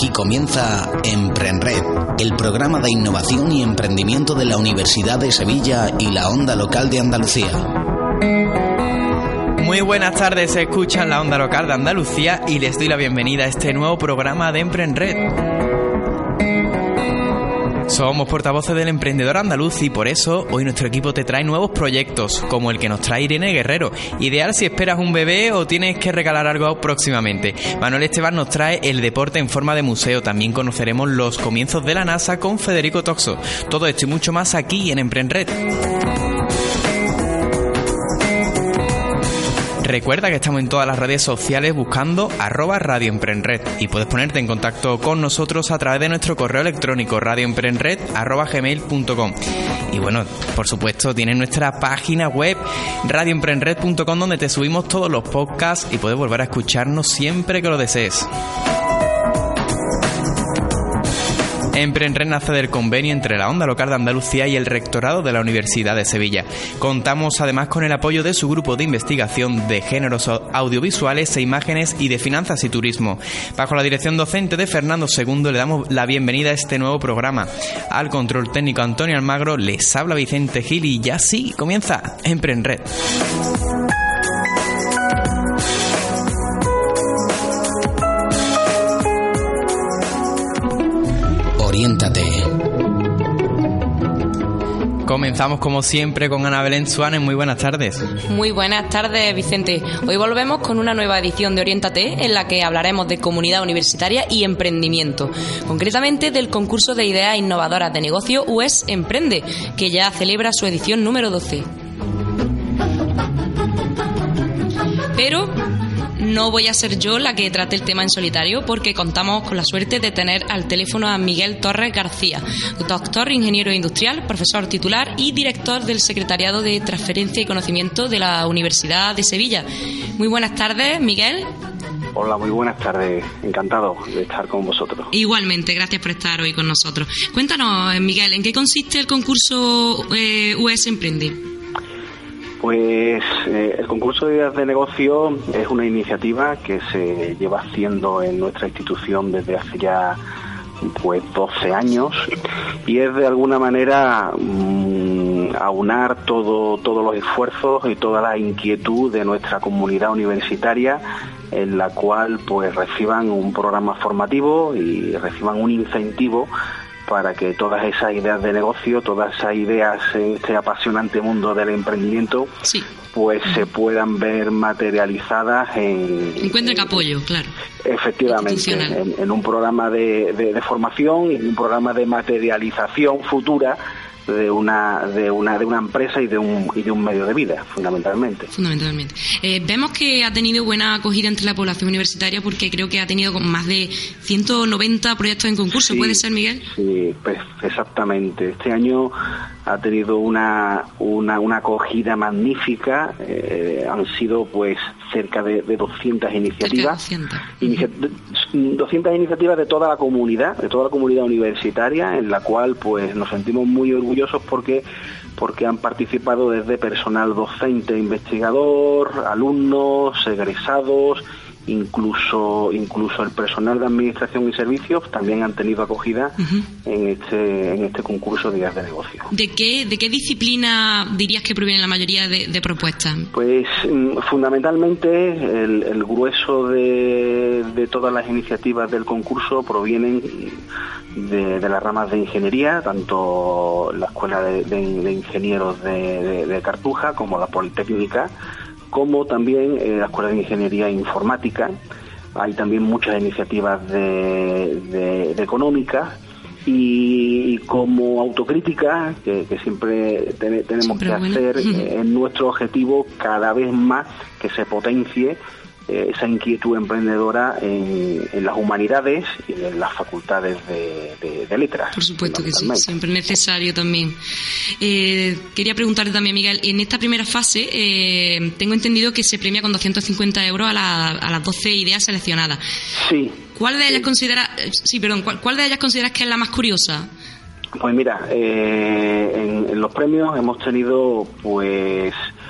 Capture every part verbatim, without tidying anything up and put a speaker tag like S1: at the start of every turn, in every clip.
S1: Aquí comienza Emprenred, el programa de innovación y emprendimiento de la Universidad de Sevilla y la Onda Local de Andalucía.
S2: Muy buenas tardes, se escucha la Onda Local de Andalucía y les doy la bienvenida a este nuevo programa de Emprenred. Somos portavoces del emprendedor andaluz y por eso hoy nuestro equipo te trae nuevos proyectos, como el que nos trae Irene Guerrero, ideal si esperas un bebé o tienes que regalar algo próximamente. Manuel Esteban nos trae el deporte en forma de museo, también conoceremos los comienzos de la NASA con Federico Toxo. Todo esto y mucho más aquí en Emprenred. Recuerda que estamos en todas las redes sociales buscando arroba Radio Emprenred y puedes ponerte en contacto con nosotros a través de nuestro correo electrónico radioemprenred arroba gmail punto com. Y bueno, por supuesto tienes nuestra página web radioemprenred punto com donde te subimos todos los podcasts y puedes volver a escucharnos siempre que lo desees. Emprenred nace del convenio entre la Onda Local de Andalucía y el Rectorado de la Universidad de Sevilla. Contamos además con el apoyo de su grupo de investigación de géneros audiovisuales e imágenes y de finanzas y turismo. Bajo la dirección docente de Fernando segundo le damos la bienvenida a este nuevo programa. Al control técnico Antonio Almagro les habla Vicente Gil y ya sí, comienza Emprenred.
S1: Oriéntate.
S2: Comenzamos como siempre con Ana Belén Suárez. Muy buenas tardes.
S3: Muy buenas tardes, Vicente. Hoy volvemos con una nueva edición de Oriéntate en la que hablaremos de comunidad universitaria y emprendimiento. Concretamente del concurso de ideas innovadoras de negocio U E S Emprende, que ya celebra su edición número doce. Pero no voy a ser yo la que trate el tema en solitario porque contamos con la suerte de tener al teléfono a Miguel Torres García, doctor ingeniero industrial, profesor titular y director del Secretariado de Transferencia y Conocimiento de la Universidad de Sevilla. Muy buenas tardes, Miguel.
S4: Hola, muy buenas tardes. Encantado de estar con vosotros.
S3: Igualmente, gracias por estar hoy con nosotros. Cuéntanos, Miguel, ¿en qué consiste el concurso eh, U E S Emprende?
S4: Pues eh, el concurso de ideas de negocio es una iniciativa que se lleva haciendo en nuestra institución desde hace ya pues doce años y es de alguna manera mmm, aunar todo, todos los esfuerzos y toda la inquietud de nuestra comunidad universitaria en la cual pues reciban un programa formativo y reciban un incentivo para que todas esas ideas de negocio, todas esas ideas en este apasionante mundo del emprendimiento, sí, pues uh-huh. se puedan ver materializadas en...
S3: Encuentren apoyo, claro.
S4: Efectivamente, en, en un programa de, de, de formación y en un programa de materialización futura de una de una de una empresa y de un y de un medio de vida, fundamentalmente.
S3: Fundamentalmente. Eh, vemos que ha tenido buena acogida entre la población universitaria porque creo que ha tenido más de ciento noventa proyectos en concurso. Sí, ¿puede ser, Miguel?
S4: Sí, pues exactamente. Este año ha tenido una una, una acogida magnífica. Eh, han sido pues cerca de, de doscientas iniciativas. Cerca de doscientas. Inicia- doscientas iniciativas de toda la comunidad, de toda la comunidad universitaria, en la cual pues nos sentimos muy orgullosos porque porque han participado desde personal docente, investigador, alumnos, egresados, incluso incluso el personal de administración y servicios también han tenido acogida uh-huh. en este en este concurso de ideas de negocio.
S3: ¿De qué de qué disciplina dirías que provienen la mayoría de, de propuestas?
S4: Pues fundamentalmente el, el grueso de, de todas las iniciativas del concurso provienen de, de las ramas de ingeniería, tanto la Escuela de, de, de Ingenieros de, de, de Cartuja como la Politécnica, como también eh, la Escuela de Ingeniería Informática. Hay también muchas iniciativas de, de, de económica y, y como autocrítica que, que siempre ten, tenemos siempre que bueno. hacer eh, es nuestro objetivo cada vez más que se potencie eh, esa inquietud emprendedora en, en las humanidades y en las facultades de, de, de letras.
S3: Por supuesto que sí, siempre necesario también. Eh, quería preguntarte también, Miguel, en esta primera fase eh, tengo entendido que se premia con doscientos cincuenta euros a, la, a las doce ideas seleccionadas.
S4: Sí.
S3: ¿Cuál de ellas sí. considera, sí, perdón, ¿cuál, cuál de ellas consideras que es la más curiosa?
S4: Pues mira, eh, en, en los premios hemos tenido pues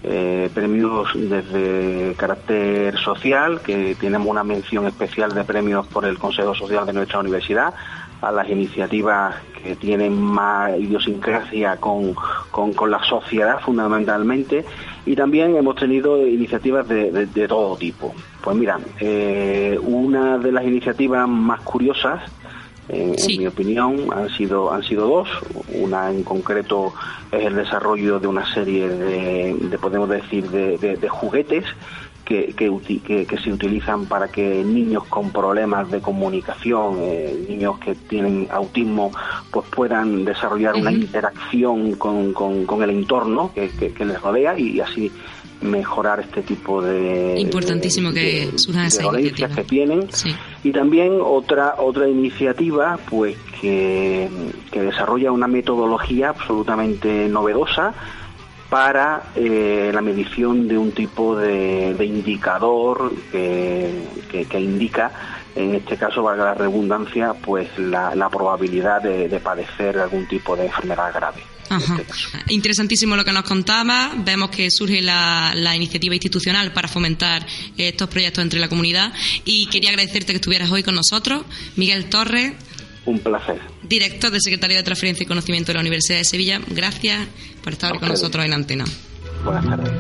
S4: eh, premios desde carácter social, que tenemos una mención especial de premios por el Consejo Social de nuestra universidad, a las iniciativas que tienen más idiosincrasia con, con, con la sociedad fundamentalmente, y también hemos tenido iniciativas de, de, de todo tipo. Pues mira, eh, una de las iniciativas más curiosas, en, sí. en mi opinión, han sido han sido dos. Una en concreto es el desarrollo de una serie de, de podemos decir, de, de, de juguetes que, que, que, que se utilizan para que niños con problemas de comunicación, eh, niños que tienen autismo, pues puedan desarrollar uh-huh. una interacción con, con, con el entorno que, que, que les rodea, y así mejorar este tipo de
S3: importantísimo
S4: de,
S3: que
S4: de,
S3: surjan esas
S4: dolencias que tienen.
S3: Sí.
S4: Y también otra otra iniciativa pues que, que desarrolla una metodología absolutamente novedosa para eh, la medición de un tipo de, de indicador que, que, que indica, en este caso, valga la redundancia, pues la, la probabilidad de, de padecer algún tipo de enfermedad grave.
S3: Ajá. Este Interesantísimo lo que nos contaba. Vemos que surge la, la iniciativa institucional para fomentar estos proyectos entre la comunidad, y quería agradecerte que estuvieras hoy con nosotros, Miguel Torres.
S4: Un placer.
S3: Director del Secretariado de Transferencia y Conocimiento de la Universidad de Sevilla. Gracias por estar hoy con nosotros en Antena.
S4: Buenas tardes.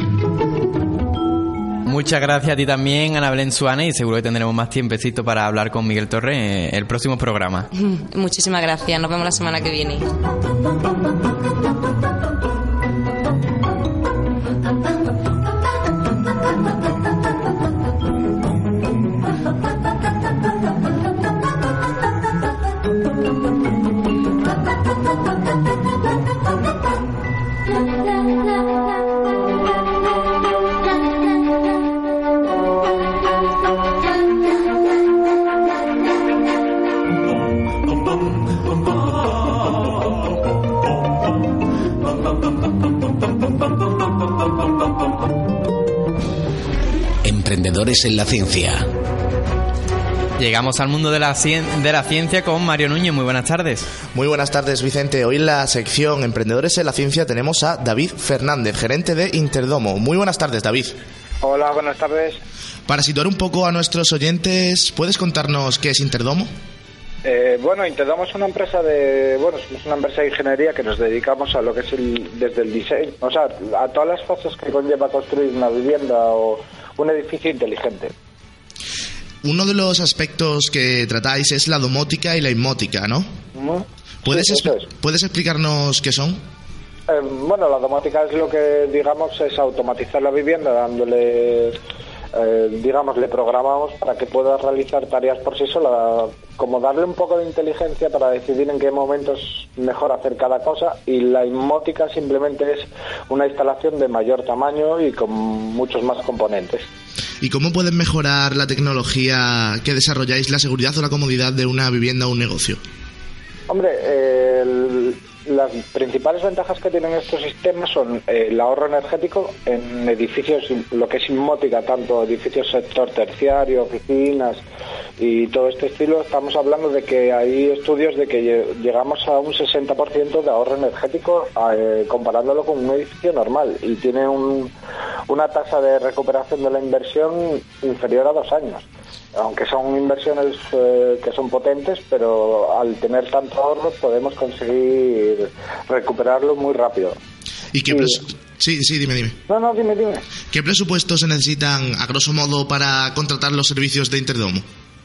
S2: Muchas gracias a ti también, Ana Belén Suárez, y seguro que tendremos más tiempecito para hablar con Miguel Torres en el próximo programa.
S3: Muchísimas gracias, nos vemos la semana que viene.
S1: Emprendedores en la ciencia.
S2: Llegamos al mundo de la, cien- de la ciencia con Mario Núñez. Muy buenas tardes.
S5: Muy buenas tardes, Vicente. Hoy en la sección Emprendedores en la Ciencia tenemos a David Fernández, gerente de Interdomo. Muy buenas tardes, David.
S6: Hola, buenas tardes.
S5: Para situar un poco a nuestros oyentes, ¿puedes contarnos qué es Interdomo?
S6: Eh, bueno, Interdomo es una empresa de, bueno, somos una empresa de ingeniería que nos dedicamos a lo que es el, desde el diseño, o sea, a todas las fases que conlleva construir una vivienda o un edificio inteligente.
S5: Uno de los aspectos que tratáis es la domótica y la inmótica, ¿no? Uh-huh. ¿Puedes, sí, es. ¿Puedes explicarnos qué son?
S6: Eh, bueno, la domótica es lo que, digamos, es automatizar la vivienda, dándole... Eh, digamos, le programamos para que pueda realizar tareas por sí sola, como darle un poco de inteligencia para decidir en qué momentos es mejor hacer cada cosa, y la inmótica simplemente es una instalación de mayor tamaño y con muchos más componentes.
S5: ¿Y cómo pueden mejorar la tecnología que desarrolláis la seguridad o la comodidad de una vivienda o un negocio?
S6: Hombre, eh, el... las principales ventajas que tienen estos sistemas son eh, el ahorro energético en edificios, lo que es inmótica, tanto edificios sector terciario, oficinas y todo este estilo. Estamos hablando de que hay estudios de que llegamos a un sesenta por ciento de ahorro energético eh, comparándolo con un edificio normal, y tiene un, una tasa de recuperación de la inversión inferior a dos años. Aunque son inversiones eh, que son potentes, pero al tener tanto ahorro podemos conseguir recuperarlo muy rápido.
S5: ¿Y qué y... Pres- sí, sí, dime, dime.
S6: No, no, dime, dime.
S5: ¿Qué presupuestos se necesitan, a grosso modo, para contratar los servicios de Interdomo?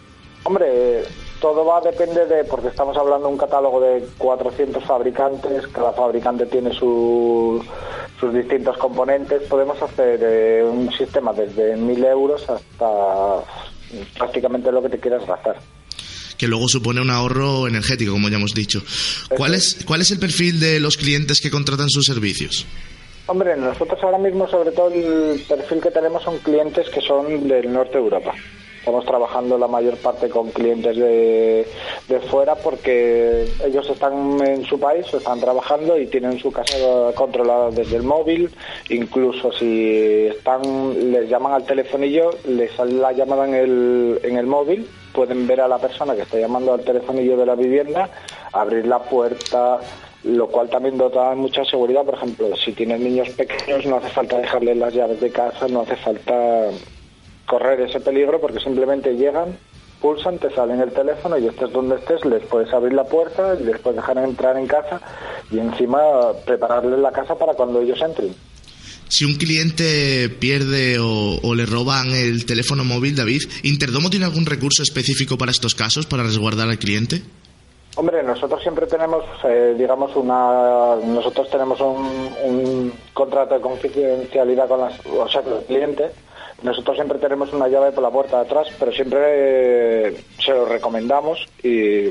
S6: Hombre, todo va a depender de, porque estamos hablando de un catálogo de cuatrocientos fabricantes, cada fabricante tiene su, sus distintos componentes. Podemos hacer eh, un sistema desde mil euros hasta prácticamente lo que te quieras gastar.
S5: Que luego supone un ahorro energético, como ya hemos dicho. ¿Cuál es, cuál es el perfil de los clientes que contratan sus servicios?
S6: Hombre, nosotros ahora mismo, sobre todo, el perfil que tenemos son clientes que son del norte de Europa. Estamos trabajando la mayor parte con clientes de, de fuera, porque ellos están en su país, están trabajando y tienen su casa controlada desde el móvil. Incluso si están, les llaman al telefonillo, les sale la llamada en el, en el móvil, pueden ver a la persona que está llamando al telefonillo de la vivienda, abrir la puerta, lo cual también dota de mucha seguridad. Por ejemplo, si tienes niños pequeños no hace falta dejarles las llaves de casa, no hace falta correr ese peligro, porque simplemente llegan, pulsan, te salen el teléfono y estés donde estés, les puedes abrir la puerta y les puedes dejar entrar en casa y encima prepararles la casa para cuando ellos entren.
S5: Si un cliente pierde o, o le roban el teléfono móvil, David, ¿Interdomo tiene algún recurso específico para estos casos, para resguardar al cliente?
S6: Hombre, nosotros siempre tenemos, eh, digamos, una, nosotros tenemos un, un contrato de confidencialidad con, las, o sea, con el cliente. Nosotros siempre tenemos una llave por la puerta de atrás, pero siempre eh, se lo recomendamos y,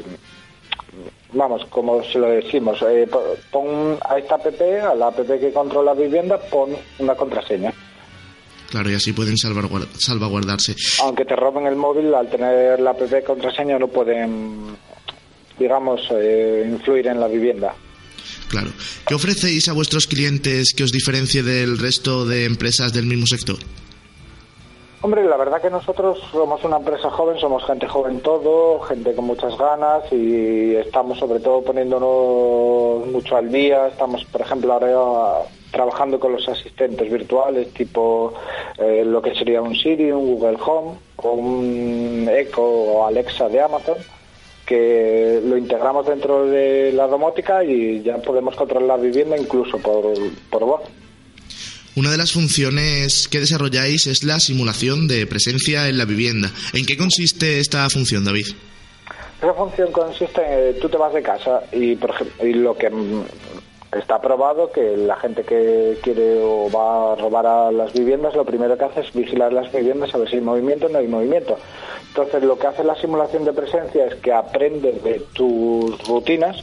S6: vamos, como se lo decimos, eh, pon a esta app, a la app que controla la vivienda, pon una contraseña.
S5: Claro, y así pueden salvaguard- salvaguardarse.
S6: Aunque te roben el móvil, al tener la app de contraseña no pueden, digamos, eh, influir en la vivienda.
S5: Claro. ¿Qué ofrecéis a vuestros clientes que os diferencie del resto de empresas del mismo sector?
S6: Hombre, la verdad que nosotros somos una empresa joven, somos gente joven todo, gente con muchas ganas y estamos sobre todo poniéndonos mucho al día. Estamos, por ejemplo, ahora trabajando con los asistentes virtuales tipo eh, lo que sería un Siri, un Google Home o un Echo o Alexa de Amazon, que lo integramos dentro de la domótica y ya podemos controlar la vivienda incluso por, por voz.
S5: Una de las funciones que desarrolláis es la simulación de presencia en la vivienda. ¿En qué consiste esta función, David?
S6: Esa función consiste en que tú te vas de casa y, por ejemplo, y lo que está probado que la gente que quiere o va a robar a las viviendas, lo primero que hace es vigilar las viviendas a ver si hay movimiento o no hay movimiento. Entonces, lo que hace la simulación de presencia es que aprende de tus rutinas.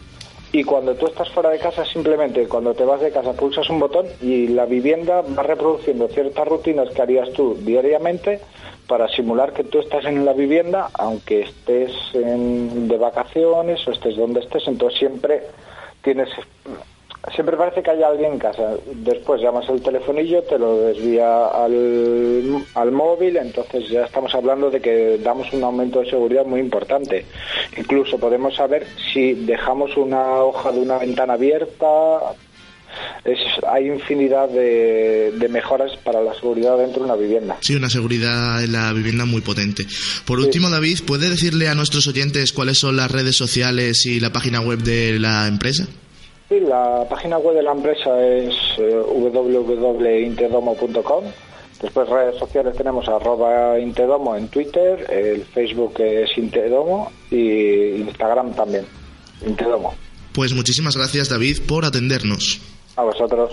S6: Y cuando tú estás fuera de casa, simplemente cuando te vas de casa pulsas un botón y la vivienda va reproduciendo ciertas rutinas que harías tú diariamente para simular que tú estás en la vivienda, aunque estés en, de vacaciones o estés donde estés. Entonces siempre tienes, siempre parece que hay alguien en casa. Después llamas el telefonillo, te lo desvía al, al móvil, entonces ya estamos hablando de que damos un aumento de seguridad muy importante. Incluso podemos saber si dejamos una hoja de una ventana abierta. Es, hay infinidad de, de mejoras para la seguridad dentro de una vivienda.
S5: Sí, una seguridad en la vivienda muy potente. Por
S6: sí.
S5: último, David, ¿puede decirle a nuestros oyentes cuáles son las redes sociales y la página web de la empresa?
S6: Sí, la página web de la empresa es eh, w w w punto intedomo punto com. Después redes sociales tenemos arroba Intedomo en Twitter, el Facebook es Intedomo y Instagram también, Intedomo.
S5: Pues muchísimas gracias, David, por atendernos.
S6: A vosotros.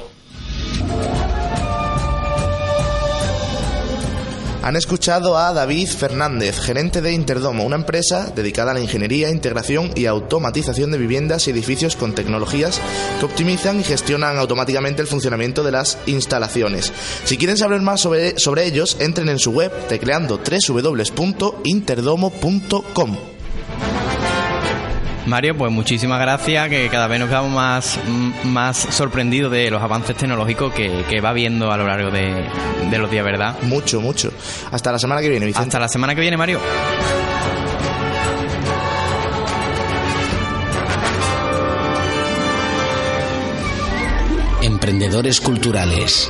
S5: Han escuchado a David Fernández, gerente de Interdomo, una empresa dedicada a la ingeniería, integración y automatización de viviendas y edificios con tecnologías que optimizan y gestionan automáticamente el funcionamiento de las instalaciones. Si quieren saber más sobre, sobre ellos, entren en su web tecleando doble u doble u doble u punto interdomo punto com.
S2: Mario, pues muchísimas gracias, que cada vez nos quedamos más, más sorprendidos de los avances tecnológicos que, que va viendo a lo largo de, de los días, ¿verdad?
S5: Mucho, mucho. Hasta la semana que viene, Vicente.
S2: Hasta la semana que viene, Mario.
S1: Emprendedores culturales.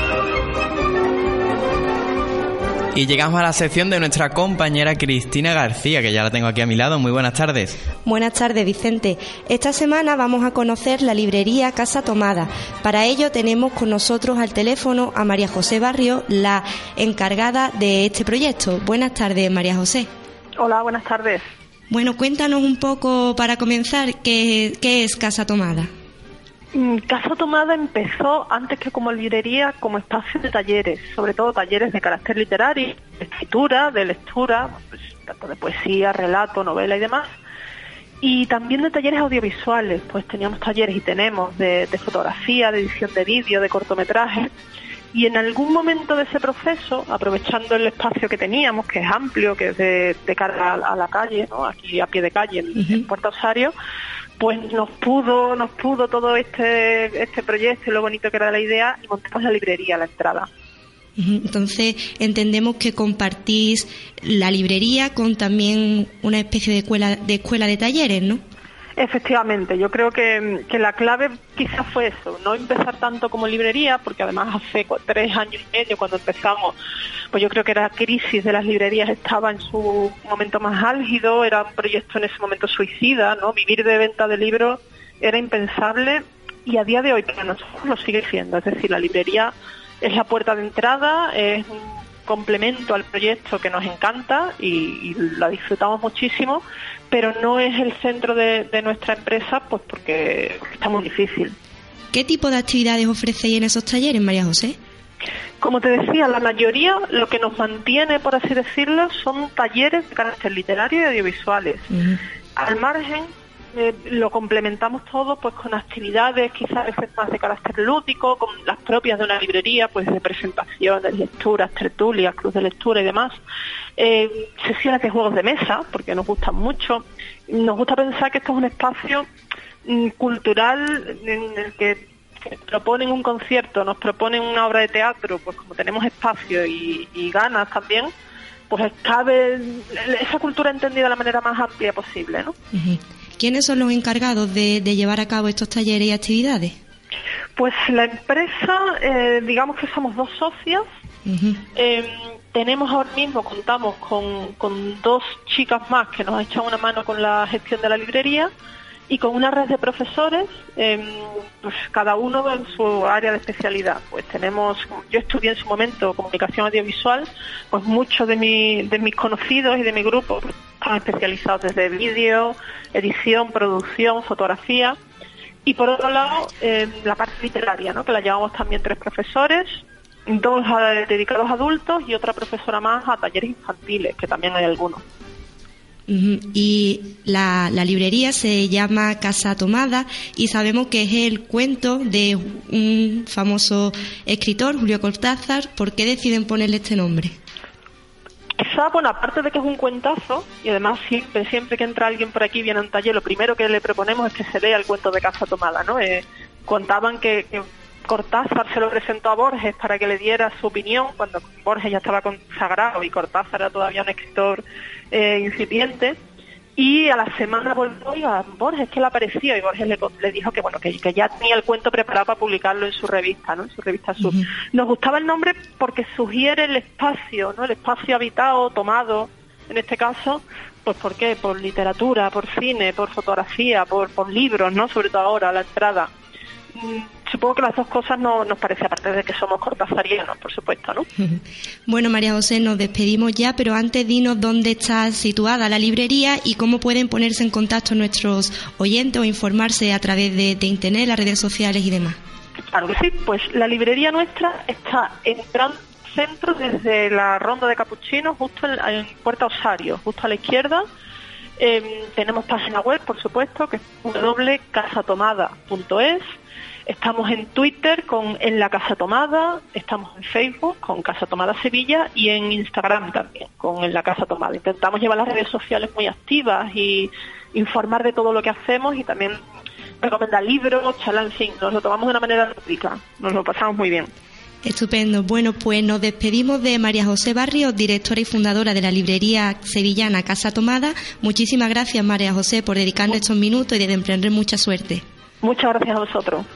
S2: Y llegamos a la sección de nuestra compañera Cristina García, que ya la tengo aquí a mi lado. Muy buenas tardes.
S7: Buenas tardes, Vicente. Esta semana vamos a conocer la librería Casa Tomada. Para ello tenemos con nosotros al teléfono a María José Barrio, la encargada de este proyecto. Buenas tardes, María José.
S8: Hola, buenas tardes.
S7: Bueno, cuéntanos un poco, para comenzar, ¿qué, qué es Casa Tomada?
S8: Casa Tomada empezó, antes que como librería, como espacio de talleres, sobre todo talleres de carácter literario, de escritura, de lectura, pues, tanto de poesía, relato, novela y demás, y también de talleres audiovisuales. Pues teníamos talleres y tenemos de, de fotografía, de edición de vídeo, de cortometraje, y en algún momento de ese proceso, aprovechando el espacio que teníamos, que es amplio, que es de, de cara a, a la calle, ¿no? Aquí a pie de calle en, uh-huh. en Puerto Osario, pues nos pudo nos pudo todo este este proyecto y lo bonito que era la idea, y montamos la librería a la entrada.
S7: Entonces entendemos que compartís la librería con también una especie de escuela de escuela de talleres, ¿no?
S8: Efectivamente, yo creo que, que la clave quizás fue eso, no empezar tanto como librería, porque además hace tres años y medio cuando empezamos, pues yo creo que la crisis de las librerías estaba en su momento más álgido, era un proyecto en ese momento suicida, ¿no? Vivir de venta de libros era impensable y a día de hoy para nosotros lo sigue siendo, es decir, la librería es la puerta de entrada, es un complemento al proyecto que nos encanta y, y la disfrutamos muchísimo, pero no es el centro de, de nuestra empresa, pues porque está muy difícil.
S7: ¿Qué tipo de actividades ofrecéis en esos talleres, María José?
S8: Como te decía, la mayoría, lo que nos mantiene, por así decirlo, son talleres de carácter literario y audiovisuales. Uh-huh. Al margen, eh, lo complementamos todo pues con actividades quizás a veces más de carácter lúdico, con las propias de una librería, pues de presentaciones, lecturas, tertulias, clubes de lectura y demás. Eh, sesiones de juegos de mesa, porque nos gustan mucho. Nos gusta pensar que esto es un espacio mm, cultural en el que proponen un concierto, nos proponen una obra de teatro, pues como tenemos espacio y, y ganas también, pues cabe esa cultura entendida de la manera más amplia posible, ¿no?
S7: Uh-huh. ¿Quiénes son los encargados de, de llevar a cabo estos talleres y actividades?
S8: Pues la empresa, eh, digamos que somos dos socias. Uh-huh. Eh, tenemos ahora mismo, contamos con, con dos chicas más que nos echan una mano con la gestión de la librería y con una red de profesores, eh, pues cada uno en su área de especialidad. Pues tenemos, yo estudié en su momento comunicación audiovisual, pues muchos de, mi, de mis conocidos y de mi grupo pues, están especializados desde vídeo, edición, producción, fotografía. Y por otro lado, eh, la parte literaria, ¿no? Que la llevamos también tres profesores, dos a, dedicados a adultos y otra profesora más a talleres infantiles, que también hay algunos.
S7: Uh-huh. Y la, la librería se llama Casa Tomada y sabemos que es el cuento de un famoso escritor, Julio Cortázar. ¿Por qué deciden ponerle este nombre?
S8: Quizá, bueno, aparte de que es un cuentazo, y además siempre siempre que entra alguien por aquí viene a un taller, lo primero que le proponemos es que se lea el cuento de Casa Tomada, ¿no? Eh, contaban que, que Cortázar se lo presentó a Borges para que le diera su opinión cuando Borges ya estaba consagrado y Cortázar era todavía un escritor eh, incipiente, y a la semana volvió, oiga, Borges, ¿qué le apareció? Y Borges le, le dijo que bueno que, que ya tenía el cuento preparado para publicarlo en su revista, ¿no? En su revista Sur. Uh-huh. Nos gustaba el nombre porque sugiere el espacio, ¿no? El espacio habitado, tomado, en este caso, pues ¿por qué? Por literatura, por cine, por fotografía, por, por libros, ¿no? Sobre todo ahora, a la entrada. Supongo que las dos cosas no nos parece, aparte de que somos cortazarianos, por supuesto, ¿no?
S7: Bueno, María José, nos despedimos ya, pero antes dinos dónde está situada la librería y cómo pueden ponerse en contacto nuestros oyentes o informarse a través de, de internet, las redes sociales y demás.
S8: Claro que sí, pues la librería nuestra está en Gran Centro desde la Ronda de Capuchinos, justo en, en Puerta Osario, justo a la izquierda. Eh, tenemos página web, por supuesto, que es doble u doble u doble u punto casa tomada punto es. Estamos en Twitter con En la Casa Tomada, estamos en Facebook con Casa Tomada Sevilla y en Instagram también con En la Casa Tomada. Intentamos llevar las redes sociales muy activas y informar de todo lo que hacemos y también recomendar libros, charlas, en fin, nos lo tomamos de una manera lúdica, nos lo pasamos muy bien.
S7: Estupendo. Bueno, pues nos despedimos de María José Barrios, directora y fundadora de la librería sevillana Casa Tomada. Muchísimas gracias, María José, por dedicarnos estos minutos y de emprender mucha suerte.
S8: Muchas gracias a vosotros.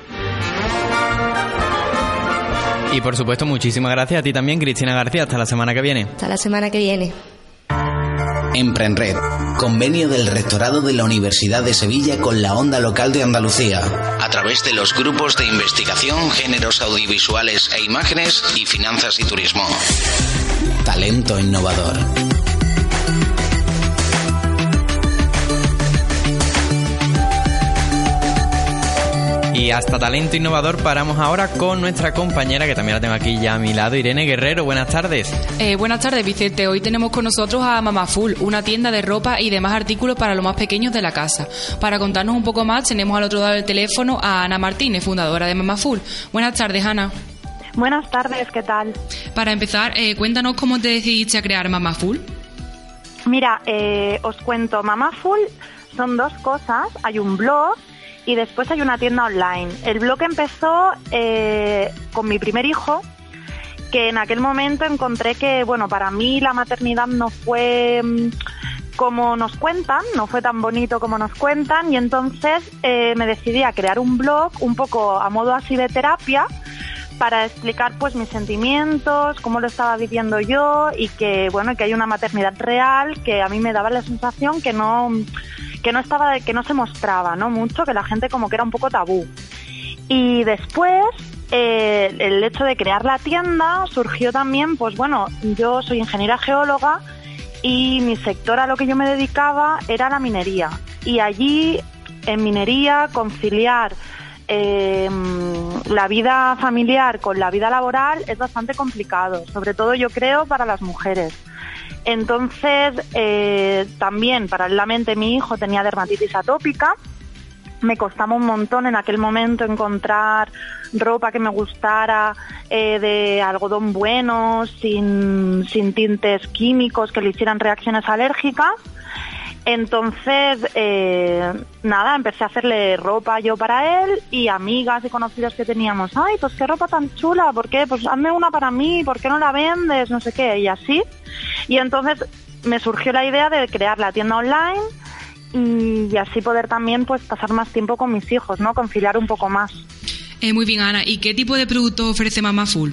S2: Y por supuesto, muchísimas gracias a ti también, Cristina García. Hasta la semana que viene.
S7: Hasta la semana que viene.
S1: Emprenred, convenio del Rectorado de la Universidad de Sevilla con la Onda Local de Andalucía, a través de los grupos de investigación, géneros audiovisuales e imágenes y finanzas y turismo. Talento innovador.
S2: Y hasta Talento Innovador paramos ahora con nuestra compañera, que también la tengo aquí ya a mi lado, Irene Guerrero. Buenas tardes.
S9: Eh, buenas tardes, Vicente. Hoy tenemos con nosotros a Mamá Full, una tienda de ropa y demás artículos para los más pequeños de la casa. Para contarnos un poco más, tenemos al otro lado del teléfono a Ana Martínez, fundadora de Mamá Full. Buenas tardes, Ana.
S10: Buenas tardes, ¿qué tal?
S9: Para empezar, eh, cuéntanos cómo te decidiste a crear Mamá Full.
S10: Mira, eh, os cuento, Mamá Full son dos cosas. Hay un blog y después hay una tienda online. El blog empezó eh, con mi primer hijo, que en aquel momento encontré que, bueno, para mí la maternidad no fue como nos cuentan, no fue tan bonito como nos cuentan, y entonces eh, me decidí a crear un blog un poco a modo así de terapia para explicar pues mis sentimientos, cómo lo estaba viviendo yo, y que bueno, que hay una maternidad real que a mí me daba la sensación que no que no estaba que no se mostraba, ¿no? Mucho, que la gente como que era un poco tabú. Y después eh, el hecho de crear la tienda surgió también, pues bueno, yo soy ingeniera geóloga y mi sector a lo que yo me dedicaba era la minería, y allí en minería conciliar eh, la vida familiar con la vida laboral es bastante complicado, sobre todo yo creo para las mujeres. Entonces eh, también paralelamente mi hijo tenía dermatitis atópica. Me costaba un montón en aquel momento encontrar ropa que me gustara, eh, de algodón bueno, sin, sin tintes químicos que le hicieran reacciones alérgicas. Entonces, eh, nada, empecé a hacerle ropa yo para él, y amigas y conocidos que teníamos, ay, pues qué ropa tan chula, ¿por qué? Pues hazme una para mí, ¿por qué no la vendes? No sé qué, y así. Y entonces me surgió la idea de crear la tienda online, y así poder también pues pasar más tiempo con mis hijos, ¿no? Conciliar un poco más.
S9: Eh, muy bien, Ana. ¿Y qué tipo de productos ofrece Mamaful?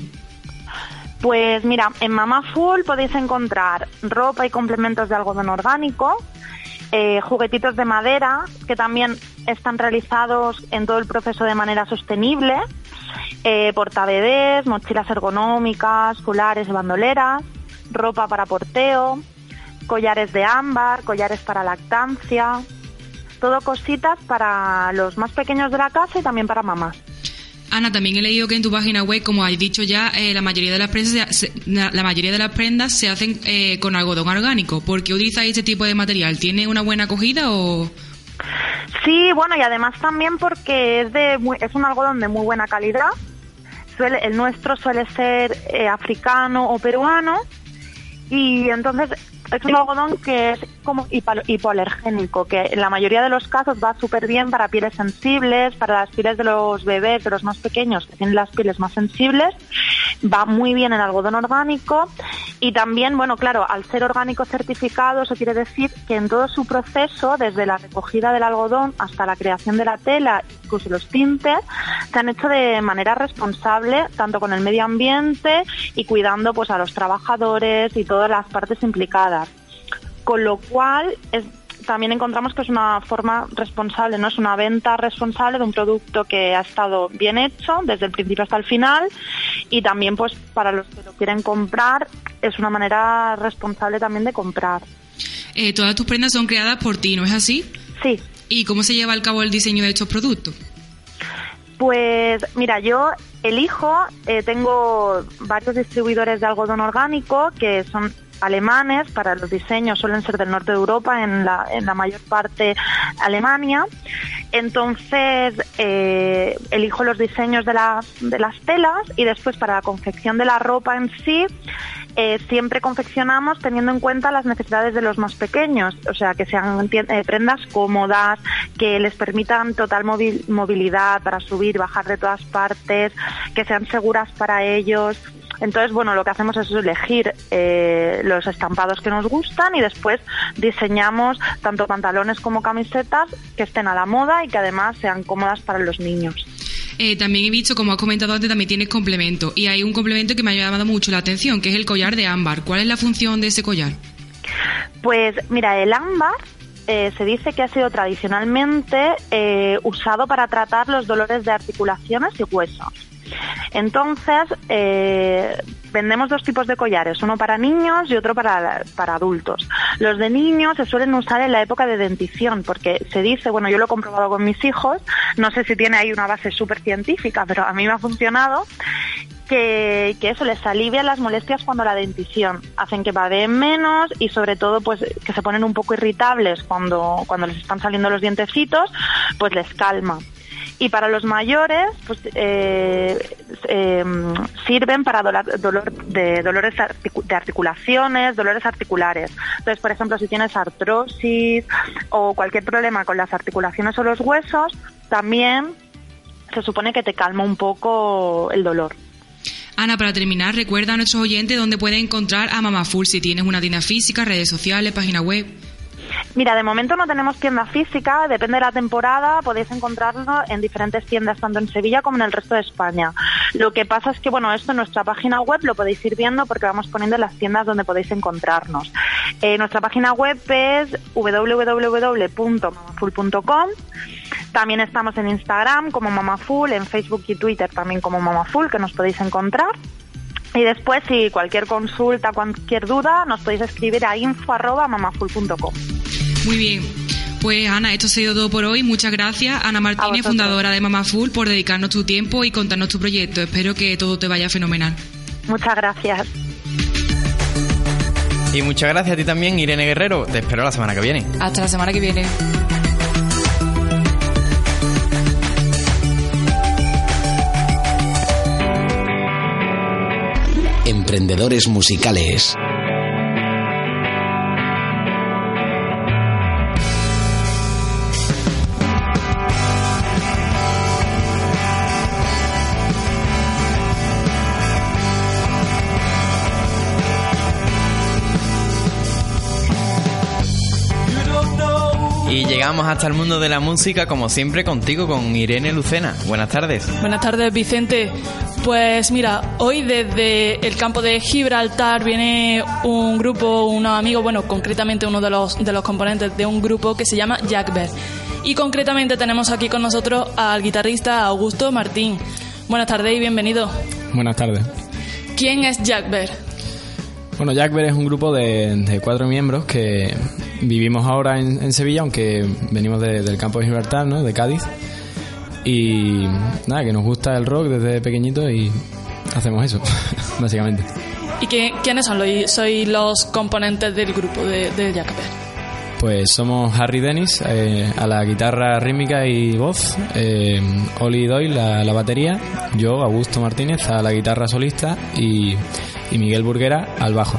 S10: Pues mira, en Mamaful podéis encontrar ropa y complementos de algodón orgánico, eh, juguetitos de madera que también están realizados en todo el proceso de manera sostenible, eh, portabebés, mochilas ergonómicas, fulares y bandoleras, ropa para porteo, collares de ámbar, collares para lactancia, todo cositas para los más pequeños de la casa y también para mamás.
S9: Ana, también he leído que en tu página web, como has dicho ya, eh, la mayoría de las prendas se, la mayoría de las prendas se hacen eh, con algodón orgánico. ¿Por qué utilizáis este tipo de material? ¿Tiene una buena acogida o...?
S10: Sí, bueno, y además también porque es de muy, es un algodón de muy buena calidad. Suele, el nuestro suele ser eh, africano o peruano, y entonces es un algodón que es como hipoalergénico, que en la mayoría de los casos va súper bien para pieles sensibles, para las pieles de los bebés, de los más pequeños que tienen las pieles más sensibles, va muy bien el algodón orgánico. Y también, bueno, claro, al ser orgánico certificado, eso quiere decir que en todo su proceso, desde la recogida del algodón hasta la creación de la tela, incluso los tintes, se han hecho de manera responsable, tanto con el medio ambiente y cuidando pues a los trabajadores y todas las partes implicadas. Con lo cual, es, también encontramos que es una forma responsable, no es una venta responsable de un producto que ha estado bien hecho desde el principio hasta el final, y también pues para los que lo quieren comprar es una manera responsable también de comprar.
S9: Eh, todas tus prendas son creadas por ti, ¿no es así?
S10: Sí.
S9: ¿Y cómo se lleva a cabo el diseño de estos productos?
S10: Pues mira, yo elijo, eh, tengo varios distribuidores de algodón orgánico que son alemanes. Para los diseños suelen ser del norte de Europa, en la, en la mayor parte Alemania. Entonces eh, elijo los diseños de las, de las telas, y después para la confección de la ropa en sí eh, siempre confeccionamos teniendo en cuenta las necesidades de los más pequeños, o sea, que sean eh, prendas cómodas, que les permitan total móvil, movilidad para subir y bajar de todas partes, que sean seguras para ellos. Entonces, bueno, lo que hacemos es elegir eh, los estampados que nos gustan, y después diseñamos tanto pantalones como camisetas que estén a la moda y que además sean cómodas para los niños.
S9: Eh, también he visto, como has comentado antes, también tienes complemento, y hay un complemento que me ha llamado mucho la atención, que es el collar de ámbar. ¿Cuál es la función de ese collar?
S10: Pues mira, el ámbar eh, se dice que ha sido tradicionalmente eh, usado para tratar los dolores de articulaciones y huesos. Entonces, eh, vendemos dos tipos de collares, uno para niños y otro para, para adultos. Los de niños se suelen usar en la época de dentición, porque se dice, bueno, yo lo he comprobado con mis hijos, no sé si tiene ahí una base súper científica, pero a mí me ha funcionado, que, que eso les alivia las molestias cuando la dentición, hacen que babeen menos, y sobre todo pues que se ponen un poco irritables cuando, cuando les están saliendo los dientecitos, pues les calma. Y para los mayores, pues eh, eh, sirven para dolor, dolor de dolores de articulaciones, dolores articulares. Entonces, por ejemplo, si tienes artrosis o cualquier problema con las articulaciones o los huesos, también se supone que te calma un poco el dolor.
S9: Ana, para terminar, recuerda a nuestros oyentes dónde pueden encontrar a Mamaful, si tienes una tienda física, redes sociales, página web.
S10: Mira, de momento no tenemos tienda física, depende de la temporada, podéis encontrarlo en diferentes tiendas, tanto en Sevilla como en el resto de España. Lo que pasa es que, bueno, esto en nuestra página web lo podéis ir viendo porque vamos poniendo en las tiendas donde podéis encontrarnos. Eh, nuestra página web es doble u doble u doble u punto mamaful punto com. También estamos en Instagram como Mamaful, en Facebook y Twitter también como Mamaful, que nos podéis encontrar. Y después, si cualquier consulta, cualquier duda, nos podéis escribir a info arroba mamaful punto com.
S9: Muy bien. Pues Ana, esto ha sido todo por hoy. Muchas gracias, Ana Martínez, fundadora de Mamaful, por dedicarnos tu tiempo y contarnos tu proyecto. Espero que todo te vaya fenomenal.
S10: Muchas gracias.
S2: Y muchas gracias a ti también, Irene Guerrero. Te espero la semana que viene.
S9: Hasta la semana que viene.
S1: Emprendedores musicales.
S2: Y llegamos hasta el mundo de la música, como siempre, contigo, con Irene Lucena. Buenas tardes.
S11: Buenas tardes, Vicente. Pues mira, hoy desde el campo de Gibraltar viene un grupo, unos amigos, bueno, concretamente uno de los, de los componentes de un grupo que se llama Jack Bear. Y concretamente tenemos aquí con nosotros al guitarrista Augusto Martín. Buenas tardes y bienvenido.
S12: Buenas tardes.
S11: ¿Quién es Jack Bear?
S12: Bueno, Jack Bear es un grupo de, de cuatro miembros que vivimos ahora en, en Sevilla, aunque venimos de, del campo de Gibraltar, ¿no? De Cádiz. Y nada, que nos gusta el rock desde pequeñito y hacemos eso, básicamente.
S11: ¿Y qué, quiénes son los, sois los componentes del grupo de, de Jack Bear?
S12: Pues somos Harry Dennis eh, a la guitarra rítmica y voz, eh, Oli Doyle a la batería, yo, Augusto Martínez, a la guitarra solista y, y Miguel Burguera al bajo.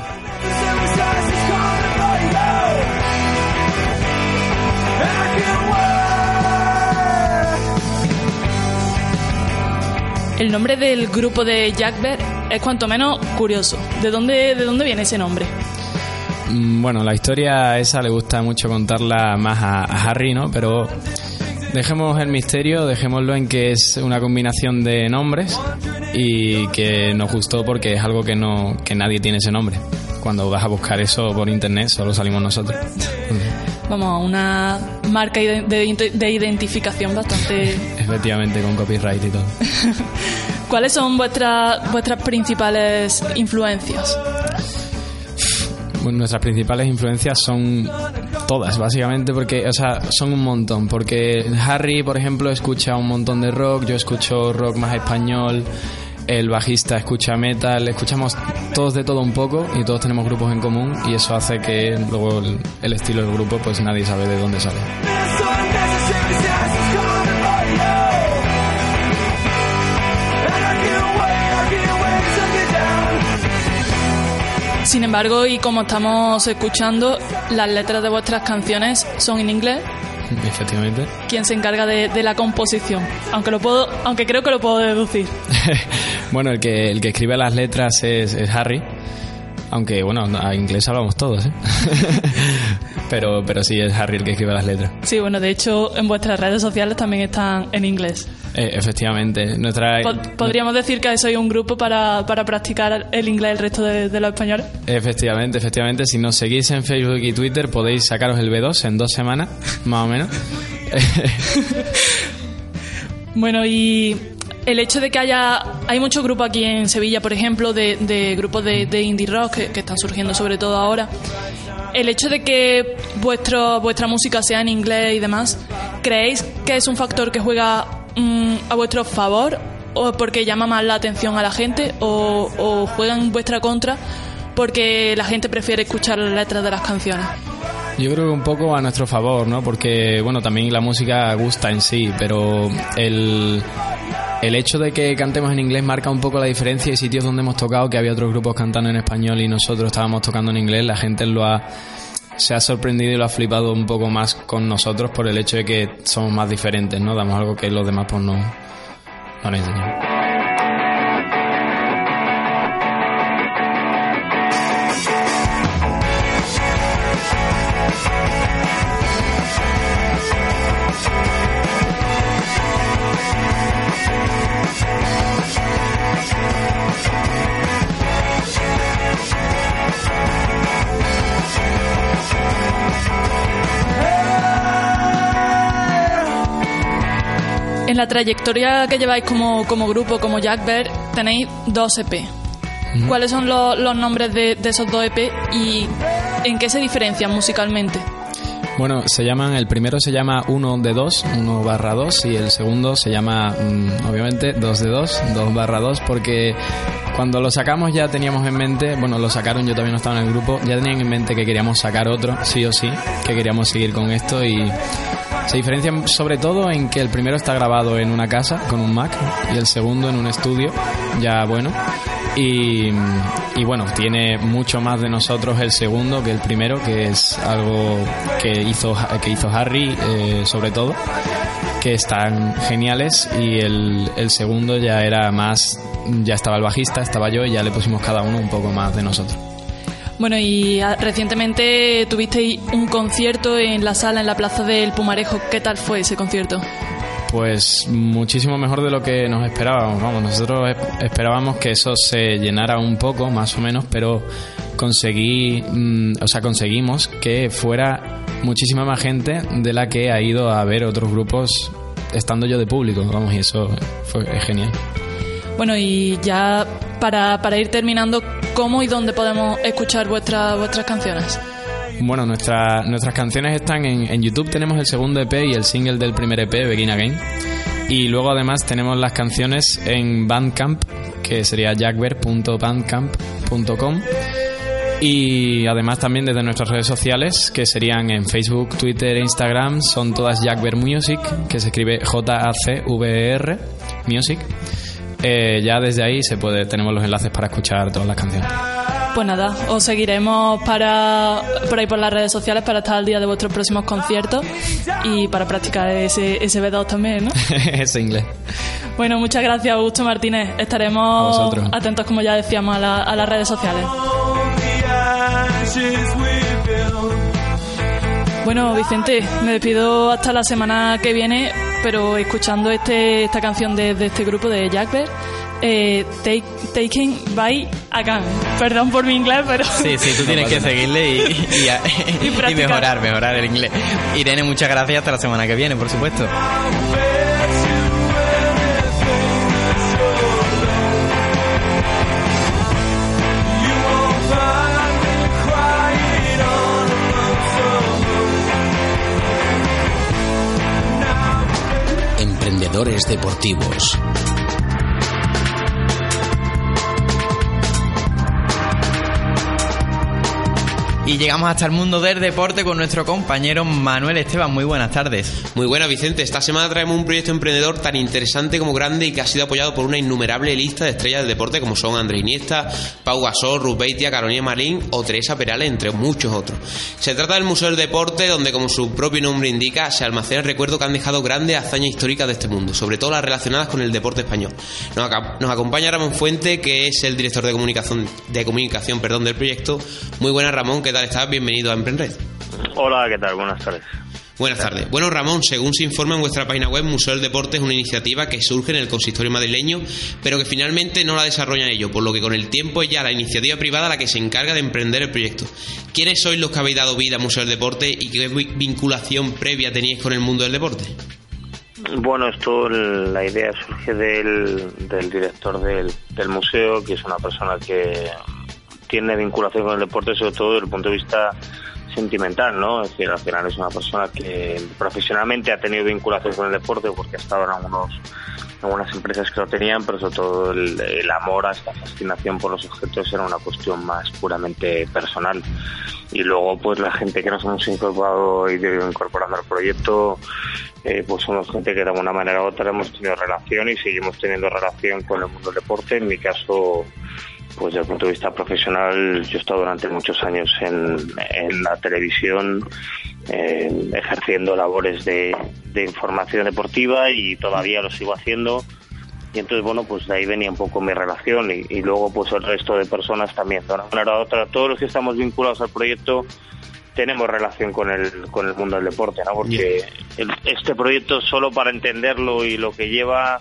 S11: El nombre del grupo de Jack Bear es cuanto menos curioso. ¿De dónde, de dónde viene ese nombre?
S12: Bueno, la historia esa le gusta mucho contarla más a, a Harry, ¿no? Pero dejemos el misterio, dejémoslo en que es una combinación de nombres y que nos gustó porque es algo que no que nadie tiene ese nombre. Cuando vas a buscar eso por internet solo salimos nosotros.
S11: Vamos, una marca de, de, de identificación bastante...
S12: Efectivamente, con copyright y todo.
S11: ¿Cuáles son vuestras vuestras principales influencias?
S12: Bueno, nuestras principales influencias son todas, básicamente, porque, o sea, son un montón. Porque Harry, por ejemplo, escucha un montón de rock, yo escucho rock más español, el bajista escucha metal, escuchamos todos de todo un poco y todos tenemos grupos en común y eso hace que luego el, el estilo del grupo pues nadie sabe de dónde sale.
S11: Sin embargo, y como estamos escuchando, las letras de vuestras canciones son en inglés.
S12: Efectivamente.
S11: ¿Quién se encarga de, de la composición? Aunque lo puedo, aunque creo que lo puedo deducir.
S12: Bueno, el que el que escribe las letras es, es Harry. Aunque, bueno, a inglés hablamos todos, ¿eh? pero, pero sí, es Harry el que escribe las letras.
S11: Sí, bueno, de hecho, en vuestras redes sociales también están en inglés.
S12: Eh, efectivamente. Nuestra...
S11: ¿Podríamos decir que sois un grupo para, para practicar el inglés el resto de, de los españoles?
S12: Efectivamente, efectivamente. Si nos seguís en Facebook y Twitter podéis sacaros el B dos en dos semanas, más o menos.
S11: Bueno, y... el hecho de que haya hay muchos grupos aquí en Sevilla, por ejemplo, de, de grupos de, de indie rock que, que están surgiendo sobre todo ahora. El hecho de que vuestro vuestra música sea en inglés y demás, ¿creéis que es un factor que juega mmm, a vuestro favor o porque llama más la atención a la gente o, o juega en vuestra contra porque la gente prefiere escuchar las letras de las canciones?
S12: Yo creo que un poco a nuestro favor, ¿no? Porque, bueno, también la música gusta en sí, pero el... el hecho de que cantemos en inglés marca un poco la diferencia. Hay sitios donde hemos tocado que había otros grupos cantando en español y nosotros estábamos tocando en inglés. La gente lo ha se ha sorprendido y lo ha flipado un poco más con nosotros por el hecho de que somos más diferentes, ¿no? Damos algo que los demás pues no, no les enseñan.
S11: En la trayectoria que lleváis como, como grupo, como Jackbird, tenéis dos E P. Uh-huh. ¿Cuáles son los, los nombres de, de esos dos E P y en qué se diferencian musicalmente?
S12: Bueno, se llaman, el primero se llama uno de dos, uno barra dos, y el segundo se llama, mmm, obviamente, dos de dos, dos barra dos, porque cuando lo sacamos ya teníamos en mente, bueno, lo sacaron, yo también no estaba en el grupo, ya tenían en mente que queríamos sacar otro, sí o sí, que queríamos seguir con esto, y se diferencian sobre todo en que el primero está grabado en una casa con un Mac y el segundo en un estudio, ya bueno. Y, y bueno, tiene mucho más de nosotros el segundo que el primero, que es algo que hizo, que hizo Harry, eh, sobre todo, que están geniales, y el, el segundo ya era más, ya estaba el bajista, estaba yo, y ya le pusimos cada uno un poco más de nosotros.
S11: Bueno, y recientemente tuvisteis un concierto en la sala, en la Plaza del Pumarejo. ¿Qué tal fue ese concierto?
S12: Pues muchísimo mejor de lo que nos esperábamos. Vamos, nosotros esperábamos que eso se llenara un poco, más o menos, pero conseguí, mmm, o sea, conseguimos que fuera muchísima más gente de la que ha ido a ver otros grupos estando yo de público. Vamos, y eso fue genial.
S11: Bueno, y ya para, para ir terminando, ¿cómo y dónde podemos escuchar vuestra, vuestras canciones?
S12: Bueno, nuestra, nuestras canciones están en, en YouTube. Tenemos el segundo E P y el single del primer E P, Begin Again. Y luego además tenemos las canciones en Bandcamp, que sería jackbird punto bandcamp punto com. Y además también desde nuestras redes sociales, que serían en Facebook, Twitter e Instagram, son todas Jackbird Music, que se escribe J A C V E R Music. Eh, ya desde ahí se puede, tenemos los enlaces para escuchar todas las canciones.
S11: Pues nada, os seguiremos para por ahí por las redes sociales para estar al día de vuestros próximos conciertos y para practicar ese, ese B dos también, ¿no?
S12: Ese inglés.
S11: Bueno, muchas gracias, Augusto Martínez. Estaremos atentos, como ya decíamos, a, la, a las redes sociales. Bueno, Vicente, me despido hasta la semana que viene, pero escuchando este esta canción de, de este grupo de Jackbird, eh, take, Taken by Agan. Perdón por mi inglés, pero...
S2: Sí, sí, tú tienes que seguirle y, y, y, y mejorar, mejorar el inglés. Irene, muchas gracias, hasta la semana que viene, por supuesto.
S1: Emprendedores deportivos.
S2: Y llegamos hasta el mundo del deporte con nuestro compañero Manuel Esteban. Muy buenas tardes.
S13: Muy buenas, Vicente. Esta semana traemos un proyecto emprendedor tan interesante como grande y que ha sido apoyado por una innumerable lista de estrellas del deporte como son Andrés Iniesta, Pau Gasol, Ruth Beitia, Carolina Marín o Teresa Perales, entre muchos otros. Se trata del Museo del Deporte, donde, como su propio nombre indica, se almacena el recuerdo que han dejado grandes hazañas históricas de este mundo, sobre todo las relacionadas con el deporte español. Nos, nos acompaña Ramón Fuente, que es el director de comunicación, de comunicación perdón, del proyecto. Muy buenas, Ramón. ¿Qué tal estás? Bienvenido a Emprenred.
S14: Hola, ¿qué tal? Buenas tardes.
S13: Buenas tardes. Bueno, Ramón, según se informa en vuestra página web, Museo del Deporte es una iniciativa que surge en el consistorio madrileño, pero que finalmente no la desarrollan ellos, por lo que con el tiempo es ya la iniciativa privada la que se encarga de emprender el proyecto. ¿Quiénes sois los que habéis dado vida a Museo del Deporte y qué vinculación previa teníais con el mundo del deporte?
S14: Bueno, esto, la idea surge del, del director del, del museo, que es una persona que tiene vinculación con el deporte, sobre todo desde el punto de vista sentimental, ¿no? Es decir, al final es una persona que profesionalmente ha tenido vinculación con el deporte porque ha estado en algunos, algunas empresas que lo tenían, pero sobre todo el, el amor a esta fascinación por los objetos era una cuestión más puramente personal. Y luego, pues la gente que nos hemos incorporado y ido incorporando al proyecto, eh, pues somos gente que de alguna manera u otra hemos tenido relación y seguimos teniendo relación con el mundo del deporte. En mi caso, pues desde el punto de vista profesional, yo he estado durante muchos años en, en la televisión eh, ejerciendo labores de, de información deportiva y todavía lo sigo haciendo. Y entonces, bueno, pues de ahí venía un poco mi relación y, y luego pues el resto de personas también. De una manera u otra, todos los que estamos vinculados al proyecto tenemos relación con el con el mundo del deporte, ¿no? Porque el, este proyecto, solo para entenderlo y lo que lleva,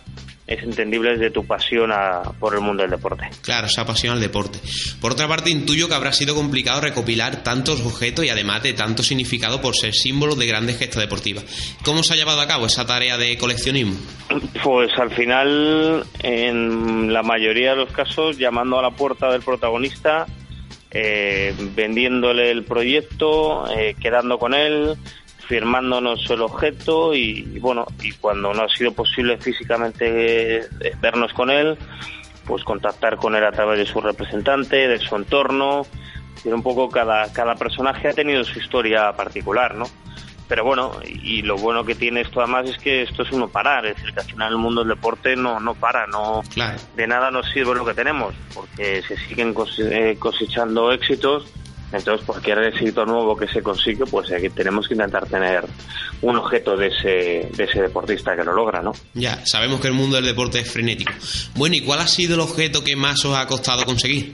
S14: es entendible desde tu pasión a, por el mundo del deporte.
S13: Claro, esa pasión al deporte. Por otra parte, intuyo que habrá sido complicado recopilar tantos objetos y además de tanto significado por ser símbolos de grandes gestas deportivas. ¿Cómo se ha llevado a cabo esa tarea de coleccionismo?
S14: Pues al final, en la mayoría de los casos, llamando a la puerta del protagonista, eh, vendiéndole el proyecto, eh, quedando con él, firmándonos el objeto y bueno, y cuando no ha sido posible físicamente vernos con él, pues contactar con él a través de su representante, de su entorno. Y un poco cada, cada personaje ha tenido su historia particular, ¿no? Pero bueno, y lo bueno que tiene esto además es que esto es uno parar, es decir, que al final el mundo del deporte no, no para, no
S13: claro.
S14: De nada nos sirve lo que tenemos, porque se siguen cosechando éxitos. Entonces, cualquier éxito nuevo que se consigue, pues aquí tenemos que intentar tener un objeto de ese, de ese deportista que lo logra, ¿no?
S13: Ya, sabemos que el mundo del deporte es frenético. Bueno, ¿y cuál ha sido el objeto que más os ha costado conseguir?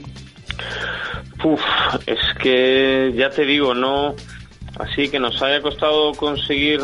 S14: Uf, es que ya te digo, no, así que nos haya costado conseguir,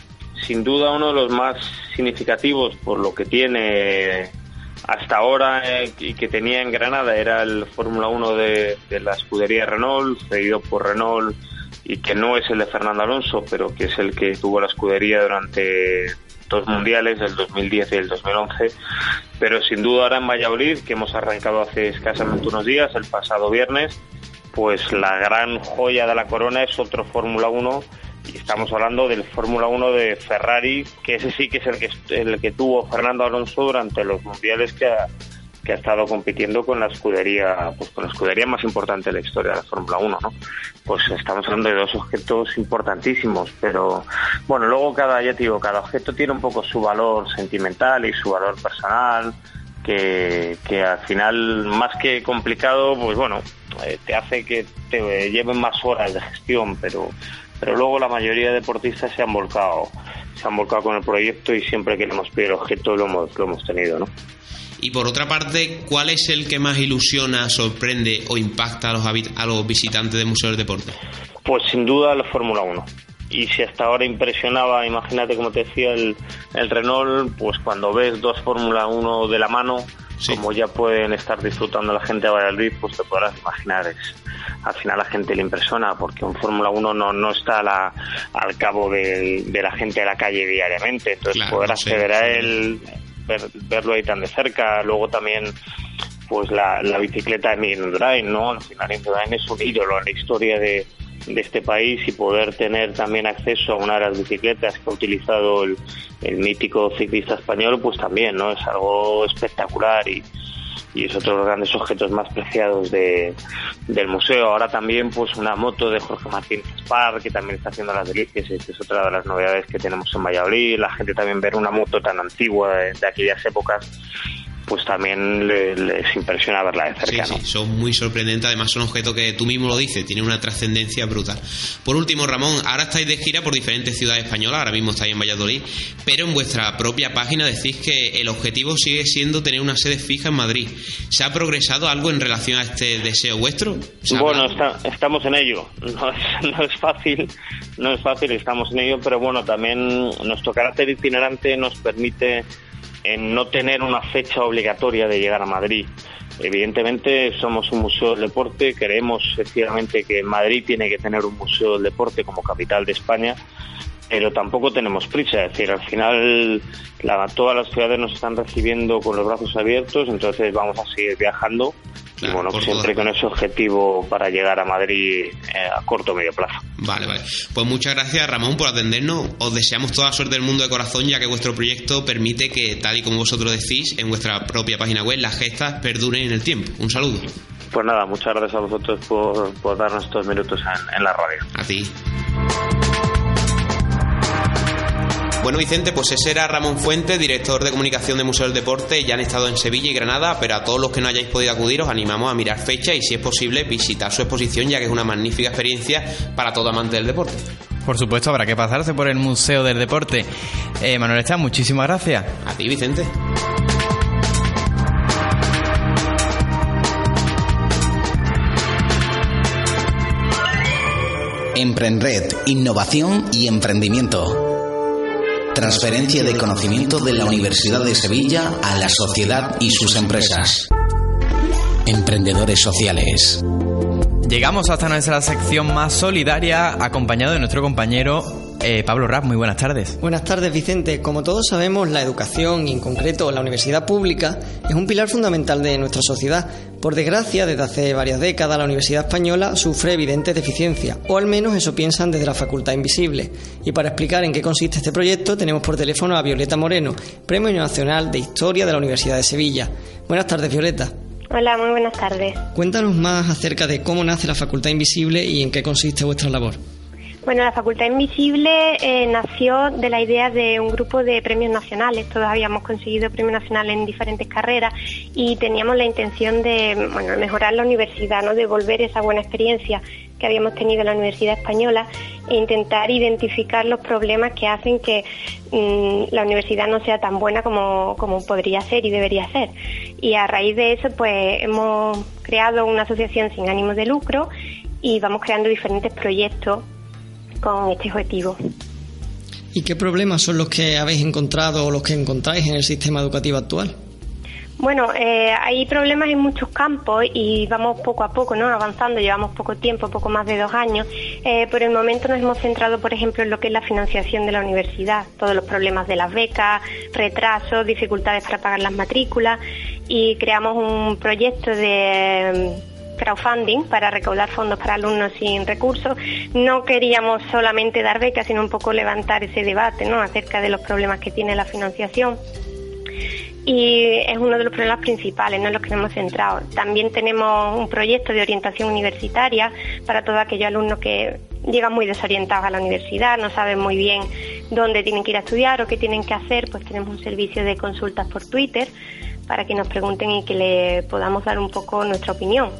S14: sin duda uno de los más significativos por lo que tiene hasta ahora eh, y que tenía en Granada era el Fórmula uno de, de la escudería Renault, cedido por Renault y que no es el de Fernando Alonso, pero que es el que tuvo la escudería durante dos mundiales, el dos mil diez y el dos mil once, pero sin duda ahora en Valladolid, que hemos arrancado hace escasamente unos días, el pasado viernes, pues la gran joya de la corona es otro Fórmula uno. Y estamos hablando del Fórmula uno de Ferrari, que ese sí que es el que el que tuvo Fernando Alonso durante los mundiales que ha, que ha estado compitiendo con la escudería, pues con la escudería más importante de la historia de la Fórmula uno, ¿no? Pues estamos hablando de dos objetos importantísimos, pero bueno, luego cada, ya te digo, cada objeto tiene un poco su valor sentimental y su valor personal, que, que al final, más que complicado, pues bueno, eh, te hace que te lleven más horas de gestión, pero pero luego la mayoría de deportistas se han volcado se han volcado con el proyecto y siempre que le hemos pedido el objeto lo hemos, lo hemos tenido, ¿no?
S13: Y por otra parte, ¿cuál es el que más ilusiona, sorprende o impacta a los, a los visitantes del Museo del Deporte?
S14: Pues sin duda la Fórmula uno. Y si hasta ahora impresionaba, imagínate como te decía el, el Renault, pues cuando ves dos Fórmula uno de la mano, sí, como ya pueden estar disfrutando la gente de Valladolid, pues te podrás imaginar, es, al final la gente le impresiona, porque un Fórmula uno no, no está a la, al cabo de, de la gente de la calle diariamente, entonces claro, poder acceder sí, a él, ver, verlo ahí tan de cerca, luego también pues la, la bicicleta de Indurain, ¿no? Al final Indurain es un ídolo en la historia de de este país y poder tener también acceso a una de las bicicletas que ha utilizado el, el mítico ciclista español, pues también, ¿no? Es algo espectacular y, y es otro de los grandes objetos más preciados de, del museo. Ahora también pues una moto de Jorge Martín Gaspar, que también está haciendo las delicias, esta es otra de las novedades que tenemos en Valladolid. La gente también ver una moto tan antigua de, de aquellas épocas, pues también les, les impresiona verla de cerca,
S13: sí,
S14: ¿no?
S13: Sí, son muy sorprendentes, además son objetos que tú mismo lo dices, tienen una trascendencia brutal. Por último, Ramón, ahora estáis de gira por diferentes ciudades españolas, ahora mismo estáis en Valladolid, pero en vuestra propia página decís que el objetivo sigue siendo tener una sede fija en Madrid. ¿Se ha progresado algo en relación a este deseo vuestro?
S14: Bueno, está, estamos en ello, no es, no es fácil, no es fácil, estamos en ello, pero bueno, también nuestro carácter itinerante nos permite en no tener una fecha obligatoria de llegar a Madrid. Evidentemente somos un museo del deporte, creemos efectivamente que Madrid tiene que tener un museo del deporte como capital de España, pero tampoco tenemos prisa, es decir, al final la, todas las ciudades nos están recibiendo con los brazos abiertos, entonces vamos a seguir viajando. Claro, y bueno, siempre con ese objetivo para llegar a Madrid eh, a corto o medio plazo.
S13: Vale, vale. Pues muchas gracias, Ramón, por atendernos. Os deseamos toda la suerte del mundo de corazón, ya que vuestro proyecto permite que, tal y como vosotros decís, en vuestra propia página web, las gestas perduren en el tiempo. Un saludo.
S14: Pues nada, muchas gracias a vosotros por, por darnos estos minutos en, en la radio.
S13: A ti. Bueno, Vicente, pues ese era Ramón Fuentes, director de comunicación de Museo del Deporte. Ya han estado en Sevilla y Granada, pero a todos los que no hayáis podido acudir os animamos a mirar fecha y, si es posible, visitar su exposición, ya que es una magnífica experiencia para todo amante del deporte.
S2: Por supuesto, habrá que pasarse por el Museo del Deporte. Eh, Manuel Están, muchísimas gracias.
S13: A ti, Vicente.
S1: Emprenred, innovación y emprendimiento. Transferencia de conocimiento de la Universidad de Sevilla a la sociedad y sus empresas. Emprendedores sociales.
S2: Llegamos hasta nuestra sección más solidaria, acompañado de nuestro compañero eh, Pablo Rapp. Muy buenas tardes.
S15: Buenas tardes, Vicente. Como todos sabemos, la educación, y en concreto la universidad pública, es un pilar fundamental de nuestra sociedad. Por desgracia, desde hace varias décadas, la Universidad Española sufre evidentes deficiencias, o al menos eso piensan desde la Facultad Invisible. Y para explicar en qué consiste este proyecto, tenemos por teléfono a Violeta Moreno, Premio Nacional de Historia de la Universidad de Sevilla. Buenas tardes, Violeta.
S16: Hola, muy buenas tardes.
S15: Cuéntanos más acerca de cómo nace la Facultad Invisible y en qué consiste vuestra labor.
S16: Bueno, la Facultad Invisible eh, nació de la idea de un grupo de premios nacionales. Todos habíamos conseguido premios nacionales en diferentes carreras y teníamos la intención de, bueno, mejorar la universidad, ¿no? Devolver esa buena experiencia que habíamos tenido en la Universidad Española e intentar identificar los problemas que hacen que mmm, la universidad no sea tan buena como, como podría ser y debería ser. Y a raíz de eso, pues hemos creado una asociación sin ánimo de lucro y vamos creando diferentes proyectos con este objetivo.
S15: ¿Y qué problemas son los que habéis encontrado o los que encontráis en el sistema educativo actual?
S16: Bueno, eh, hay problemas en muchos campos y vamos poco a poco, ¿no? Avanzando, llevamos poco tiempo, poco más de dos años. Eh, por el momento nos hemos centrado, por ejemplo, en lo que es la financiación de la universidad, todos los problemas de las becas, retrasos, dificultades para pagar las matrículas, y creamos un proyecto de crowdfunding para recaudar fondos para alumnos sin recursos. No queríamos solamente dar becas, sino un poco levantar ese debate, ¿no? Acerca de los problemas que tiene la financiación. Y es uno de los problemas principales, ¿no?, en los que nos hemos centrado. También tenemos un proyecto de orientación universitaria para todos aquellos alumnos que llegan muy desorientados a la universidad, no saben muy bien dónde tienen que ir a estudiar o qué tienen que hacer. Pues tenemos un servicio de consultas por Twitter para que nos pregunten y que le podamos dar un poco nuestra opinión.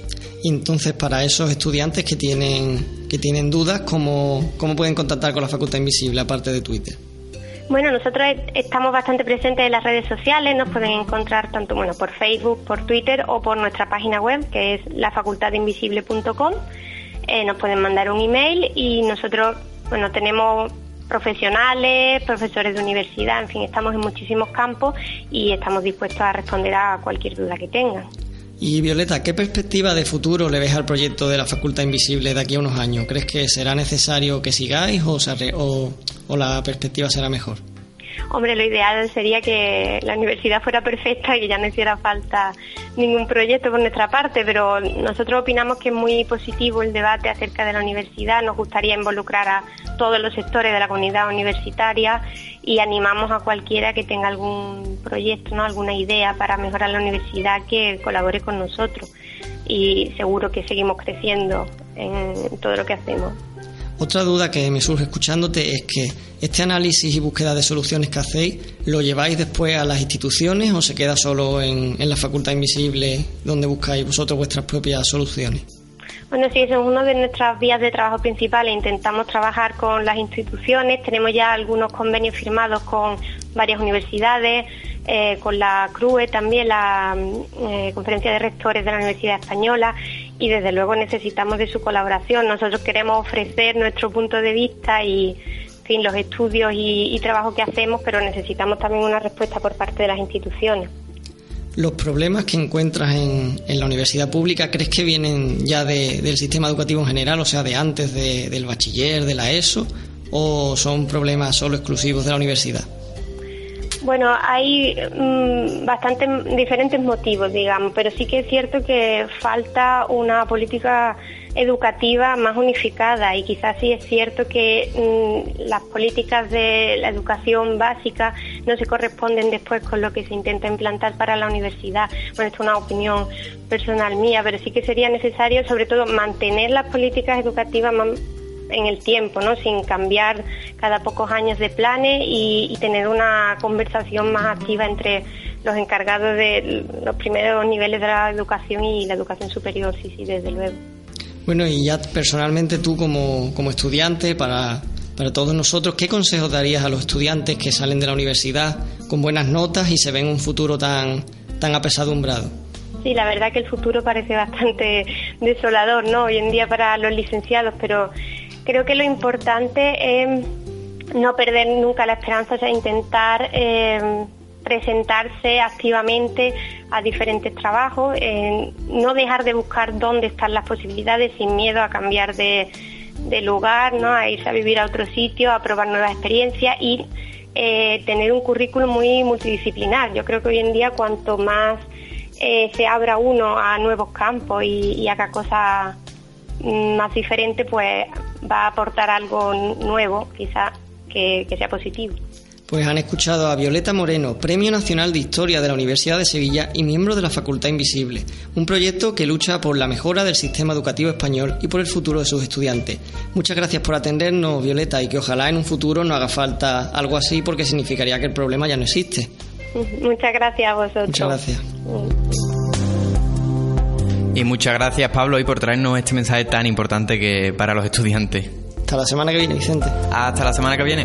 S15: Y entonces, para esos estudiantes que tienen que tienen dudas, ¿cómo, cómo pueden contactar con la Facultad Invisible aparte de Twitter?
S16: Bueno, nosotros estamos bastante presentes en las redes sociales, nos pueden encontrar tanto bueno por Facebook, por Twitter o por nuestra página web, que es la facultad invisible punto com. Eh, nos pueden mandar un email y nosotros, bueno, tenemos profesionales, profesores de universidad, en fin, estamos en muchísimos campos y estamos dispuestos a responder a cualquier duda que tengan.
S15: Y Violeta, ¿qué perspectiva de futuro le ves al proyecto de la Facultad Invisible de aquí a unos años? ¿Crees que será necesario que sigáis o, o, o la perspectiva será mejor?
S16: Hombre, lo ideal sería que la universidad fuera perfecta y que ya no hiciera falta ningún proyecto por nuestra parte, pero nosotros opinamos que es muy positivo el debate acerca de la universidad. Nos gustaría involucrar a todos los sectores de la comunidad universitaria y animamos a cualquiera que tenga algún proyecto, ¿no?, alguna idea para mejorar la universidad, que colabore con nosotros, y seguro que seguimos creciendo en todo lo que hacemos.
S15: Otra duda que me surge escuchándote es que este análisis y búsqueda de soluciones que hacéis, ¿lo lleváis después a las instituciones o se queda solo en, en la Facultad Invisible, donde buscáis vosotros vuestras propias soluciones?
S16: Bueno, sí, eso es una de nuestras vías de trabajo principales. Intentamos trabajar con las instituciones. Tenemos ya algunos convenios firmados con varias universidades, eh, con la C R U E también, la eh, Conferencia de Rectores de la Universidad Española, y desde luego necesitamos de su colaboración. Nosotros queremos ofrecer nuestro punto de vista y, en fin, los estudios y, y trabajo que hacemos, pero necesitamos también una respuesta por parte de las instituciones.
S15: ¿Los problemas que encuentras en, en la universidad pública crees que vienen ya de, del sistema educativo en general, o sea, de antes de, del bachiller, de la ESO, o son problemas solo exclusivos de la universidad?
S16: Bueno, hay mmm, bastantes diferentes motivos, digamos, pero sí que es cierto que falta una política educativa más unificada, y quizás sí es cierto que mmm, las políticas de la educación básica no se corresponden después con lo que se intenta implantar para la universidad. Bueno, esto es una opinión personal mía, pero sí que sería necesario, sobre todo, mantener las políticas educativas más en el tiempo, ¿no?, sin cambiar cada pocos años de planes, y, y tener una conversación más activa entre los encargados de los primeros niveles de la educación y la educación superior, sí, sí, desde luego.
S15: Bueno, y ya personalmente tú como, como estudiante, para, para todos nosotros, ¿qué consejos darías a los estudiantes que salen de la universidad con buenas notas y se ven un futuro tan, tan apesadumbrado?
S16: Sí, la verdad que el futuro parece bastante desolador, ¿no?, hoy en día para los licenciados, pero creo que lo importante es no perder nunca la esperanza, o sea, intentar eh, presentarse activamente a diferentes trabajos, eh, no dejar de buscar dónde están las posibilidades sin miedo a cambiar de, de lugar, ¿no? A irse a vivir a otro sitio, a probar nuevas experiencias y eh, tener un currículum muy multidisciplinar. Yo creo que hoy en día cuanto más eh, se abra uno a nuevos campos y, y haga cosas más diferentes, pues va a aportar algo nuevo, quizás que, que sea positivo.
S15: Pues han escuchado a Violeta Moreno, Premio Nacional de Historia de la Universidad de Sevilla y miembro de la Facultad Invisible, un proyecto que lucha por la mejora del sistema educativo español y por el futuro de sus estudiantes. Muchas gracias por atendernos, Violeta, y que ojalá en un futuro no haga falta algo así, porque significaría que el problema ya no existe.
S16: Muchas gracias a vosotros.
S15: Muchas gracias.
S2: Y muchas gracias, Pablo, hoy por traernos este mensaje tan importante que para los estudiantes.
S15: Hasta la semana que viene, Vicente.
S2: Hasta la semana que viene.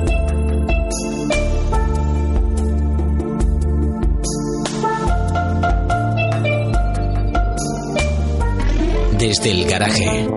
S1: Desde el garaje.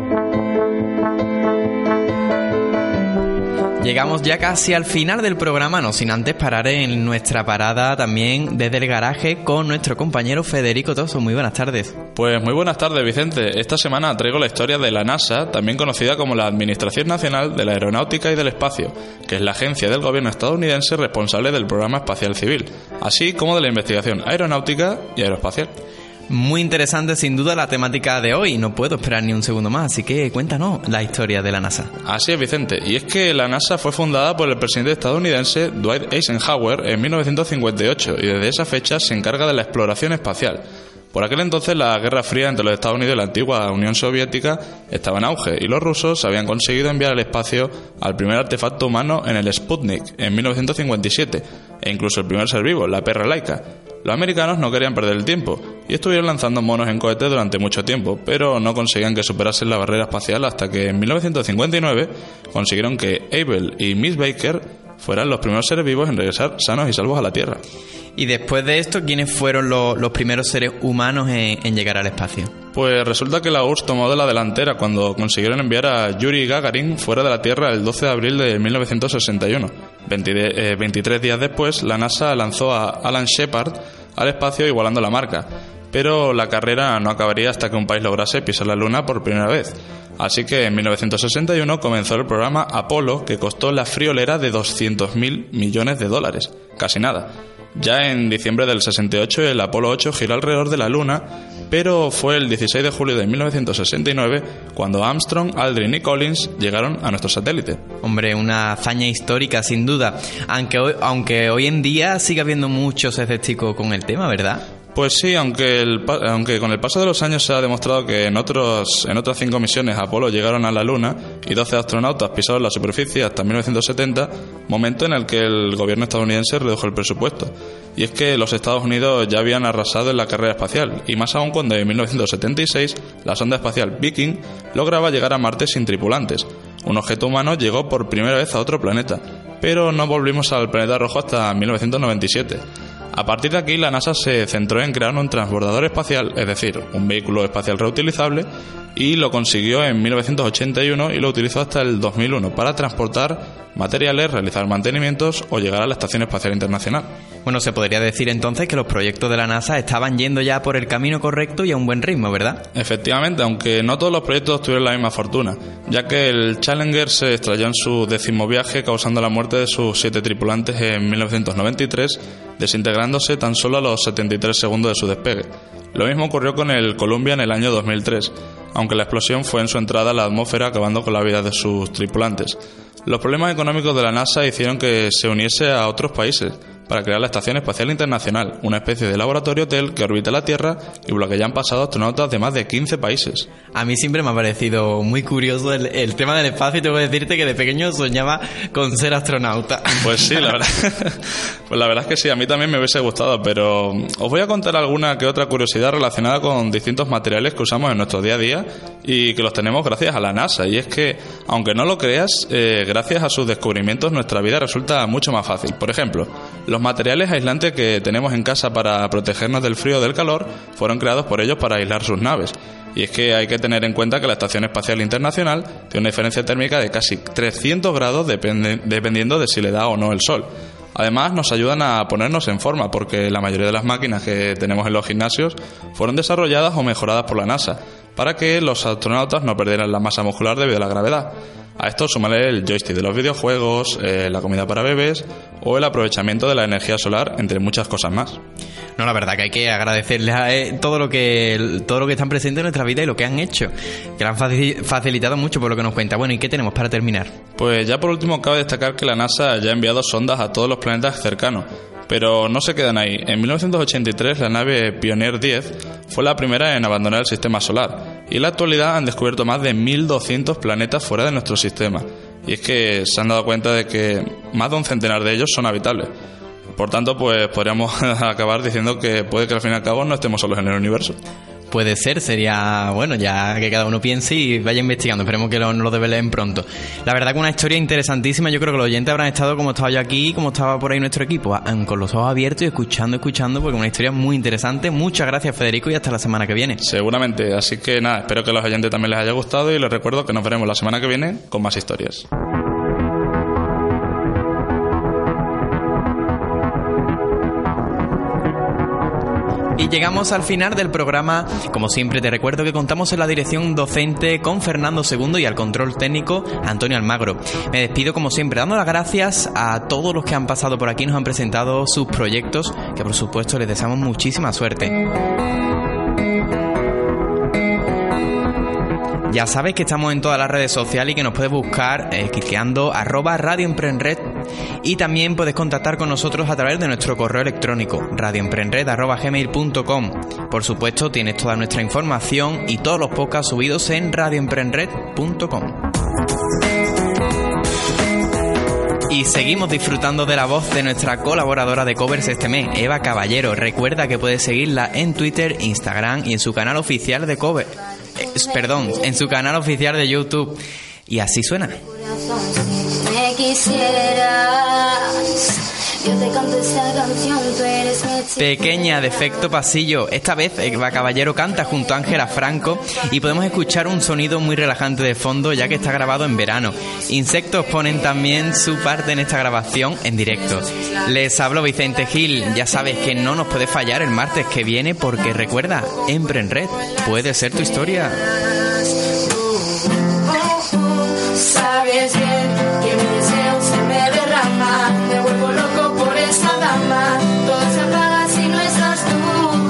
S2: Llegamos ya casi al final del programa, no sin antes parar en nuestra parada también desde el garaje con nuestro compañero Federico Toso. Muy buenas tardes.
S17: Pues muy buenas tardes, Vicente. Esta semana traigo la historia de la NASA, también conocida como la Administración Nacional de la Aeronáutica y del Espacio, que es la agencia del gobierno estadounidense responsable del programa espacial civil, así como de la investigación aeronáutica y aeroespacial.
S2: Muy interesante sin duda la temática de hoy, no puedo esperar ni un segundo más, así que cuéntanos la historia de la NASA.
S17: Así es, Vicente, y es que la NASA fue fundada por el presidente estadounidense Dwight Eisenhower en mil novecientos cincuenta y ocho y desde esa fecha se encarga de la exploración espacial. Por aquel entonces la Guerra Fría entre los Estados Unidos y la antigua Unión Soviética estaba en auge y los rusos habían conseguido enviar al espacio al primer artefacto humano en el Sputnik en mil novecientos cincuenta y siete e incluso el primer ser vivo, la perra Laika. Los americanos no querían perder el tiempo y estuvieron lanzando monos en cohetes durante mucho tiempo, pero no conseguían que superasen la barrera espacial hasta que en mil novecientos cincuenta y nueve consiguieron que Abel y Miss Baker fueran los primeros seres vivos en regresar sanos y salvos a la Tierra.
S2: Y después de esto, ¿quiénes fueron los, los primeros seres humanos en, en llegar al espacio?
S17: Pues resulta que la U R S S tomó de la delantera cuando consiguieron enviar a Yuri Gagarin fuera de la Tierra el doce de abril de mil novecientos sesenta y uno. veintitrés días después, la NASA lanzó a Alan Shepard al espacio igualando la marca, pero la carrera no acabaría hasta que un país lograse pisar la Luna por primera vez. Así que en mil novecientos sesenta y uno comenzó el programa Apolo, que costó la friolera de doscientos mil millones de dólares, casi nada. Ya en diciembre del sesenta y ocho el Apolo ocho giró alrededor de la Luna, pero fue el dieciséis de julio de mil novecientos sesenta y nueve cuando Armstrong, Aldrin y Collins llegaron a nuestro satélite.
S2: Hombre, una hazaña histórica sin duda, aunque hoy, aunque hoy en día sigue habiendo muchos escépticos con el tema, ¿verdad?
S17: Pues sí, aunque, el, aunque con el paso de los años se ha demostrado que en, otros, en otras cinco misiones Apolo llegaron a la Luna y doce astronautas pisaron la superficie hasta mil novecientos setenta, momento en el que el gobierno estadounidense redujo el presupuesto. Y es que los Estados Unidos ya habían arrasado en la carrera espacial, y más aún cuando en mil novecientos setenta y seis la sonda espacial Viking lograba llegar a Marte sin tripulantes. Un objeto humano llegó por primera vez a otro planeta, pero no volvimos al planeta rojo hasta mil novecientos noventa y siete. A partir de aquí, la NASA se centró en crear un transbordador espacial, es decir, un vehículo espacial reutilizable, y lo consiguió en mil novecientos ochenta y uno y lo utilizó hasta el dos mil uno para transportar materiales, realizar mantenimientos o llegar a la Estación Espacial Internacional.
S2: Bueno, se podría decir entonces que los proyectos de la NASA estaban yendo ya por el camino correcto y a un buen ritmo, ¿verdad?
S17: Efectivamente, aunque no todos los proyectos tuvieron la misma fortuna, ya que el Challenger se estrelló en su décimo viaje causando la muerte de sus siete tripulantes en mil novecientos noventa y tres, desintegrándose tan solo a los setenta y tres segundos de su despegue. Lo mismo ocurrió con el Columbia en el año dos mil tres, aunque la explosión fue en su entrada a la atmósfera acabando con la vida de sus tripulantes. Los problemas económicos de la NASA hicieron que se uniese a otros países para crear la Estación Espacial Internacional, una especie de laboratorio hotel que orbita la Tierra y por la que ya han pasado astronautas de más de quince países.
S2: A mí siempre me ha parecido muy curioso el, el tema del espacio y tengo que decirte que de pequeño soñaba con ser astronauta.
S17: Pues sí, la verdad, pues la verdad es que sí, a mí también me hubiese gustado, pero os voy a contar alguna que otra curiosidad relacionada con distintos materiales que usamos en nuestro día a día y que los tenemos gracias a la NASA. Y es que, aunque no lo creas, eh, gracias a sus descubrimientos nuestra vida resulta mucho más fácil. Por ejemplo, los Los materiales aislantes que tenemos en casa para protegernos del frío o del calor fueron creados por ellos para aislar sus naves. Y es que hay que tener en cuenta que la Estación Espacial Internacional tiene una diferencia térmica de casi trescientos grados depende, dependiendo de si le da o no el sol. Además, nos ayudan a ponernos en forma porque la mayoría de las máquinas que tenemos en los gimnasios fueron desarrolladas o mejoradas por la NASA para que los astronautas no perdieran la masa muscular debido a la gravedad. A esto súmale el joystick de los videojuegos, eh, la comida para bebés o el aprovechamiento de la energía solar, entre muchas cosas más.
S2: No, la verdad que hay que agradecerles a eh, todo lo que todo lo que están presentes en nuestra vida y lo que han hecho, que lo han facilitado mucho por lo que nos cuenta. Bueno, ¿y qué tenemos para terminar?
S17: Pues ya por último cabe destacar que la NASA ya ha enviado sondas a todos los planetas cercanos. Pero no se quedan ahí. En mil novecientos ochenta y tres la nave Pioneer diez fue la primera en abandonar el sistema solar y en la actualidad han descubierto más de mil doscientos planetas fuera de nuestro sistema. Y es que se han dado cuenta de que más de un centenar de ellos son habitables. Por tanto, pues podríamos acabar diciendo que puede que al fin y al cabo no estemos solos en el universo.
S2: Puede ser, sería bueno ya que cada uno piense y vaya investigando. Esperemos que lo, lo develen pronto. La verdad que una historia interesantísima. Yo creo que los oyentes habrán estado como estaba yo aquí, como estaba por ahí nuestro equipo, con los ojos abiertos y escuchando, escuchando, porque es una historia muy interesante. Muchas gracias, Federico, y hasta la semana que viene.
S17: Seguramente, así que nada, espero que a los oyentes también les haya gustado y les recuerdo que nos veremos la semana que viene con más historias.
S2: Y llegamos al final del programa. Como siempre te recuerdo que contamos en la dirección docente con Fernando Segundo y al control técnico Antonio Almagro. Me despido como siempre dando las gracias a todos los que han pasado por aquí y nos han presentado sus proyectos, que por supuesto les deseamos muchísima suerte. Ya sabes que estamos en todas las redes sociales y que nos puedes buscar eh, cliqueando arroba Radio Emprenred, y también puedes contactar con nosotros a través de nuestro correo electrónico radioemprenred arroba gmail punto com. Por supuesto tienes toda nuestra información y todos los podcasts subidos en radioemprenred punto com. Y seguimos disfrutando de la voz de nuestra colaboradora de covers este mes, Eva Caballero. Recuerda que puedes seguirla en Twitter, Instagram y en su canal oficial de cover. Eh, perdón, en su canal oficial de YouTube. Y así suena.
S18: Me quisieras, yo te canto esta canción, tú eres mi chica.
S2: Pequeña de Efecto Pasillo. Esta vez Eva Caballero canta junto a Ángela Franco y podemos escuchar un sonido muy relajante de fondo ya que está grabado en verano. Insectos ponen también su parte en esta grabación en directo. Les hablo Vicente Gil. Ya sabes que no nos puede fallar el martes que viene porque recuerda, Emprenred puede ser tu historia.
S18: Sabes bien que mi deseo se me derrama, me vuelvo loco por esa dama, todo se apaga si no estás tú,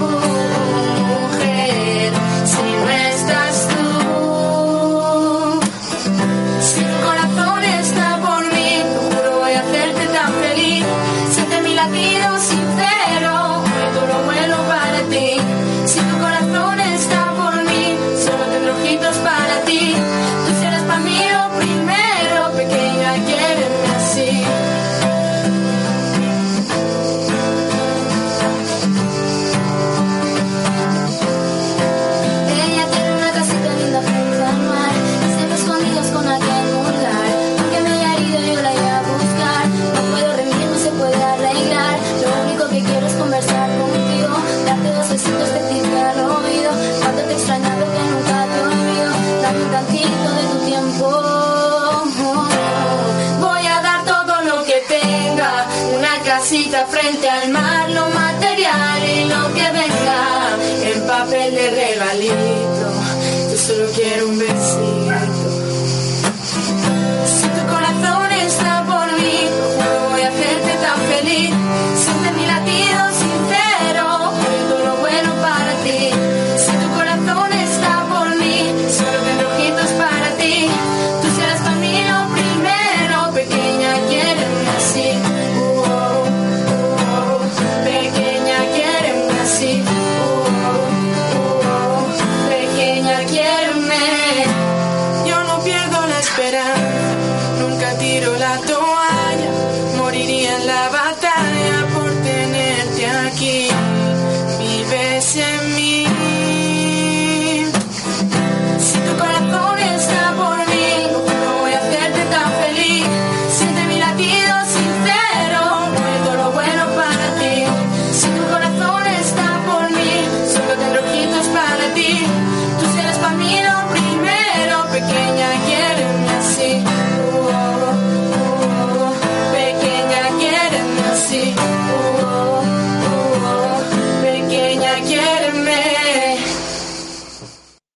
S18: mujer, si no estás tú. Si tu corazón está por mí, te juro voy a hacerte tan feliz, siente mi latido sincero, todo lo bueno para ti. Si tu corazón está por mí, solo tendré ojitos para ti, tú serás para mí lo primero, pequeña, quiéreme así. Ella tiene una casita linda frente al mar, y siempre escondidos con aquel lugar, aunque me haya herido yo la iré a buscar, no puedo rendirme, se puede arreglar, lo único que quiero es conversar contigo, darte dos besitos, decirte al oído, cuánto te he extrañado que nunca te olvido, dame un tantito de tu tiempo. Voy a dar todo lo que tenga, una casita frente al mar, lo material y lo que venga, en papel de regalito, yo solo quiero un besito. Si tu corazón está por mí, juro voy a hacerte tan feliz, siente mi latido sincero, todo lo bueno para ti. Si tu corazón está por mí, solo tendré ojitos para ti, tú serás para mí lo primero, pequeña, quiéreme así. Uh, oh, uh, oh, pequeña, quiéreme así. Uh, oh, uh, oh, pequeña, quiéreme. Yo no pierdo la esperanza, nunca tiro la toalla.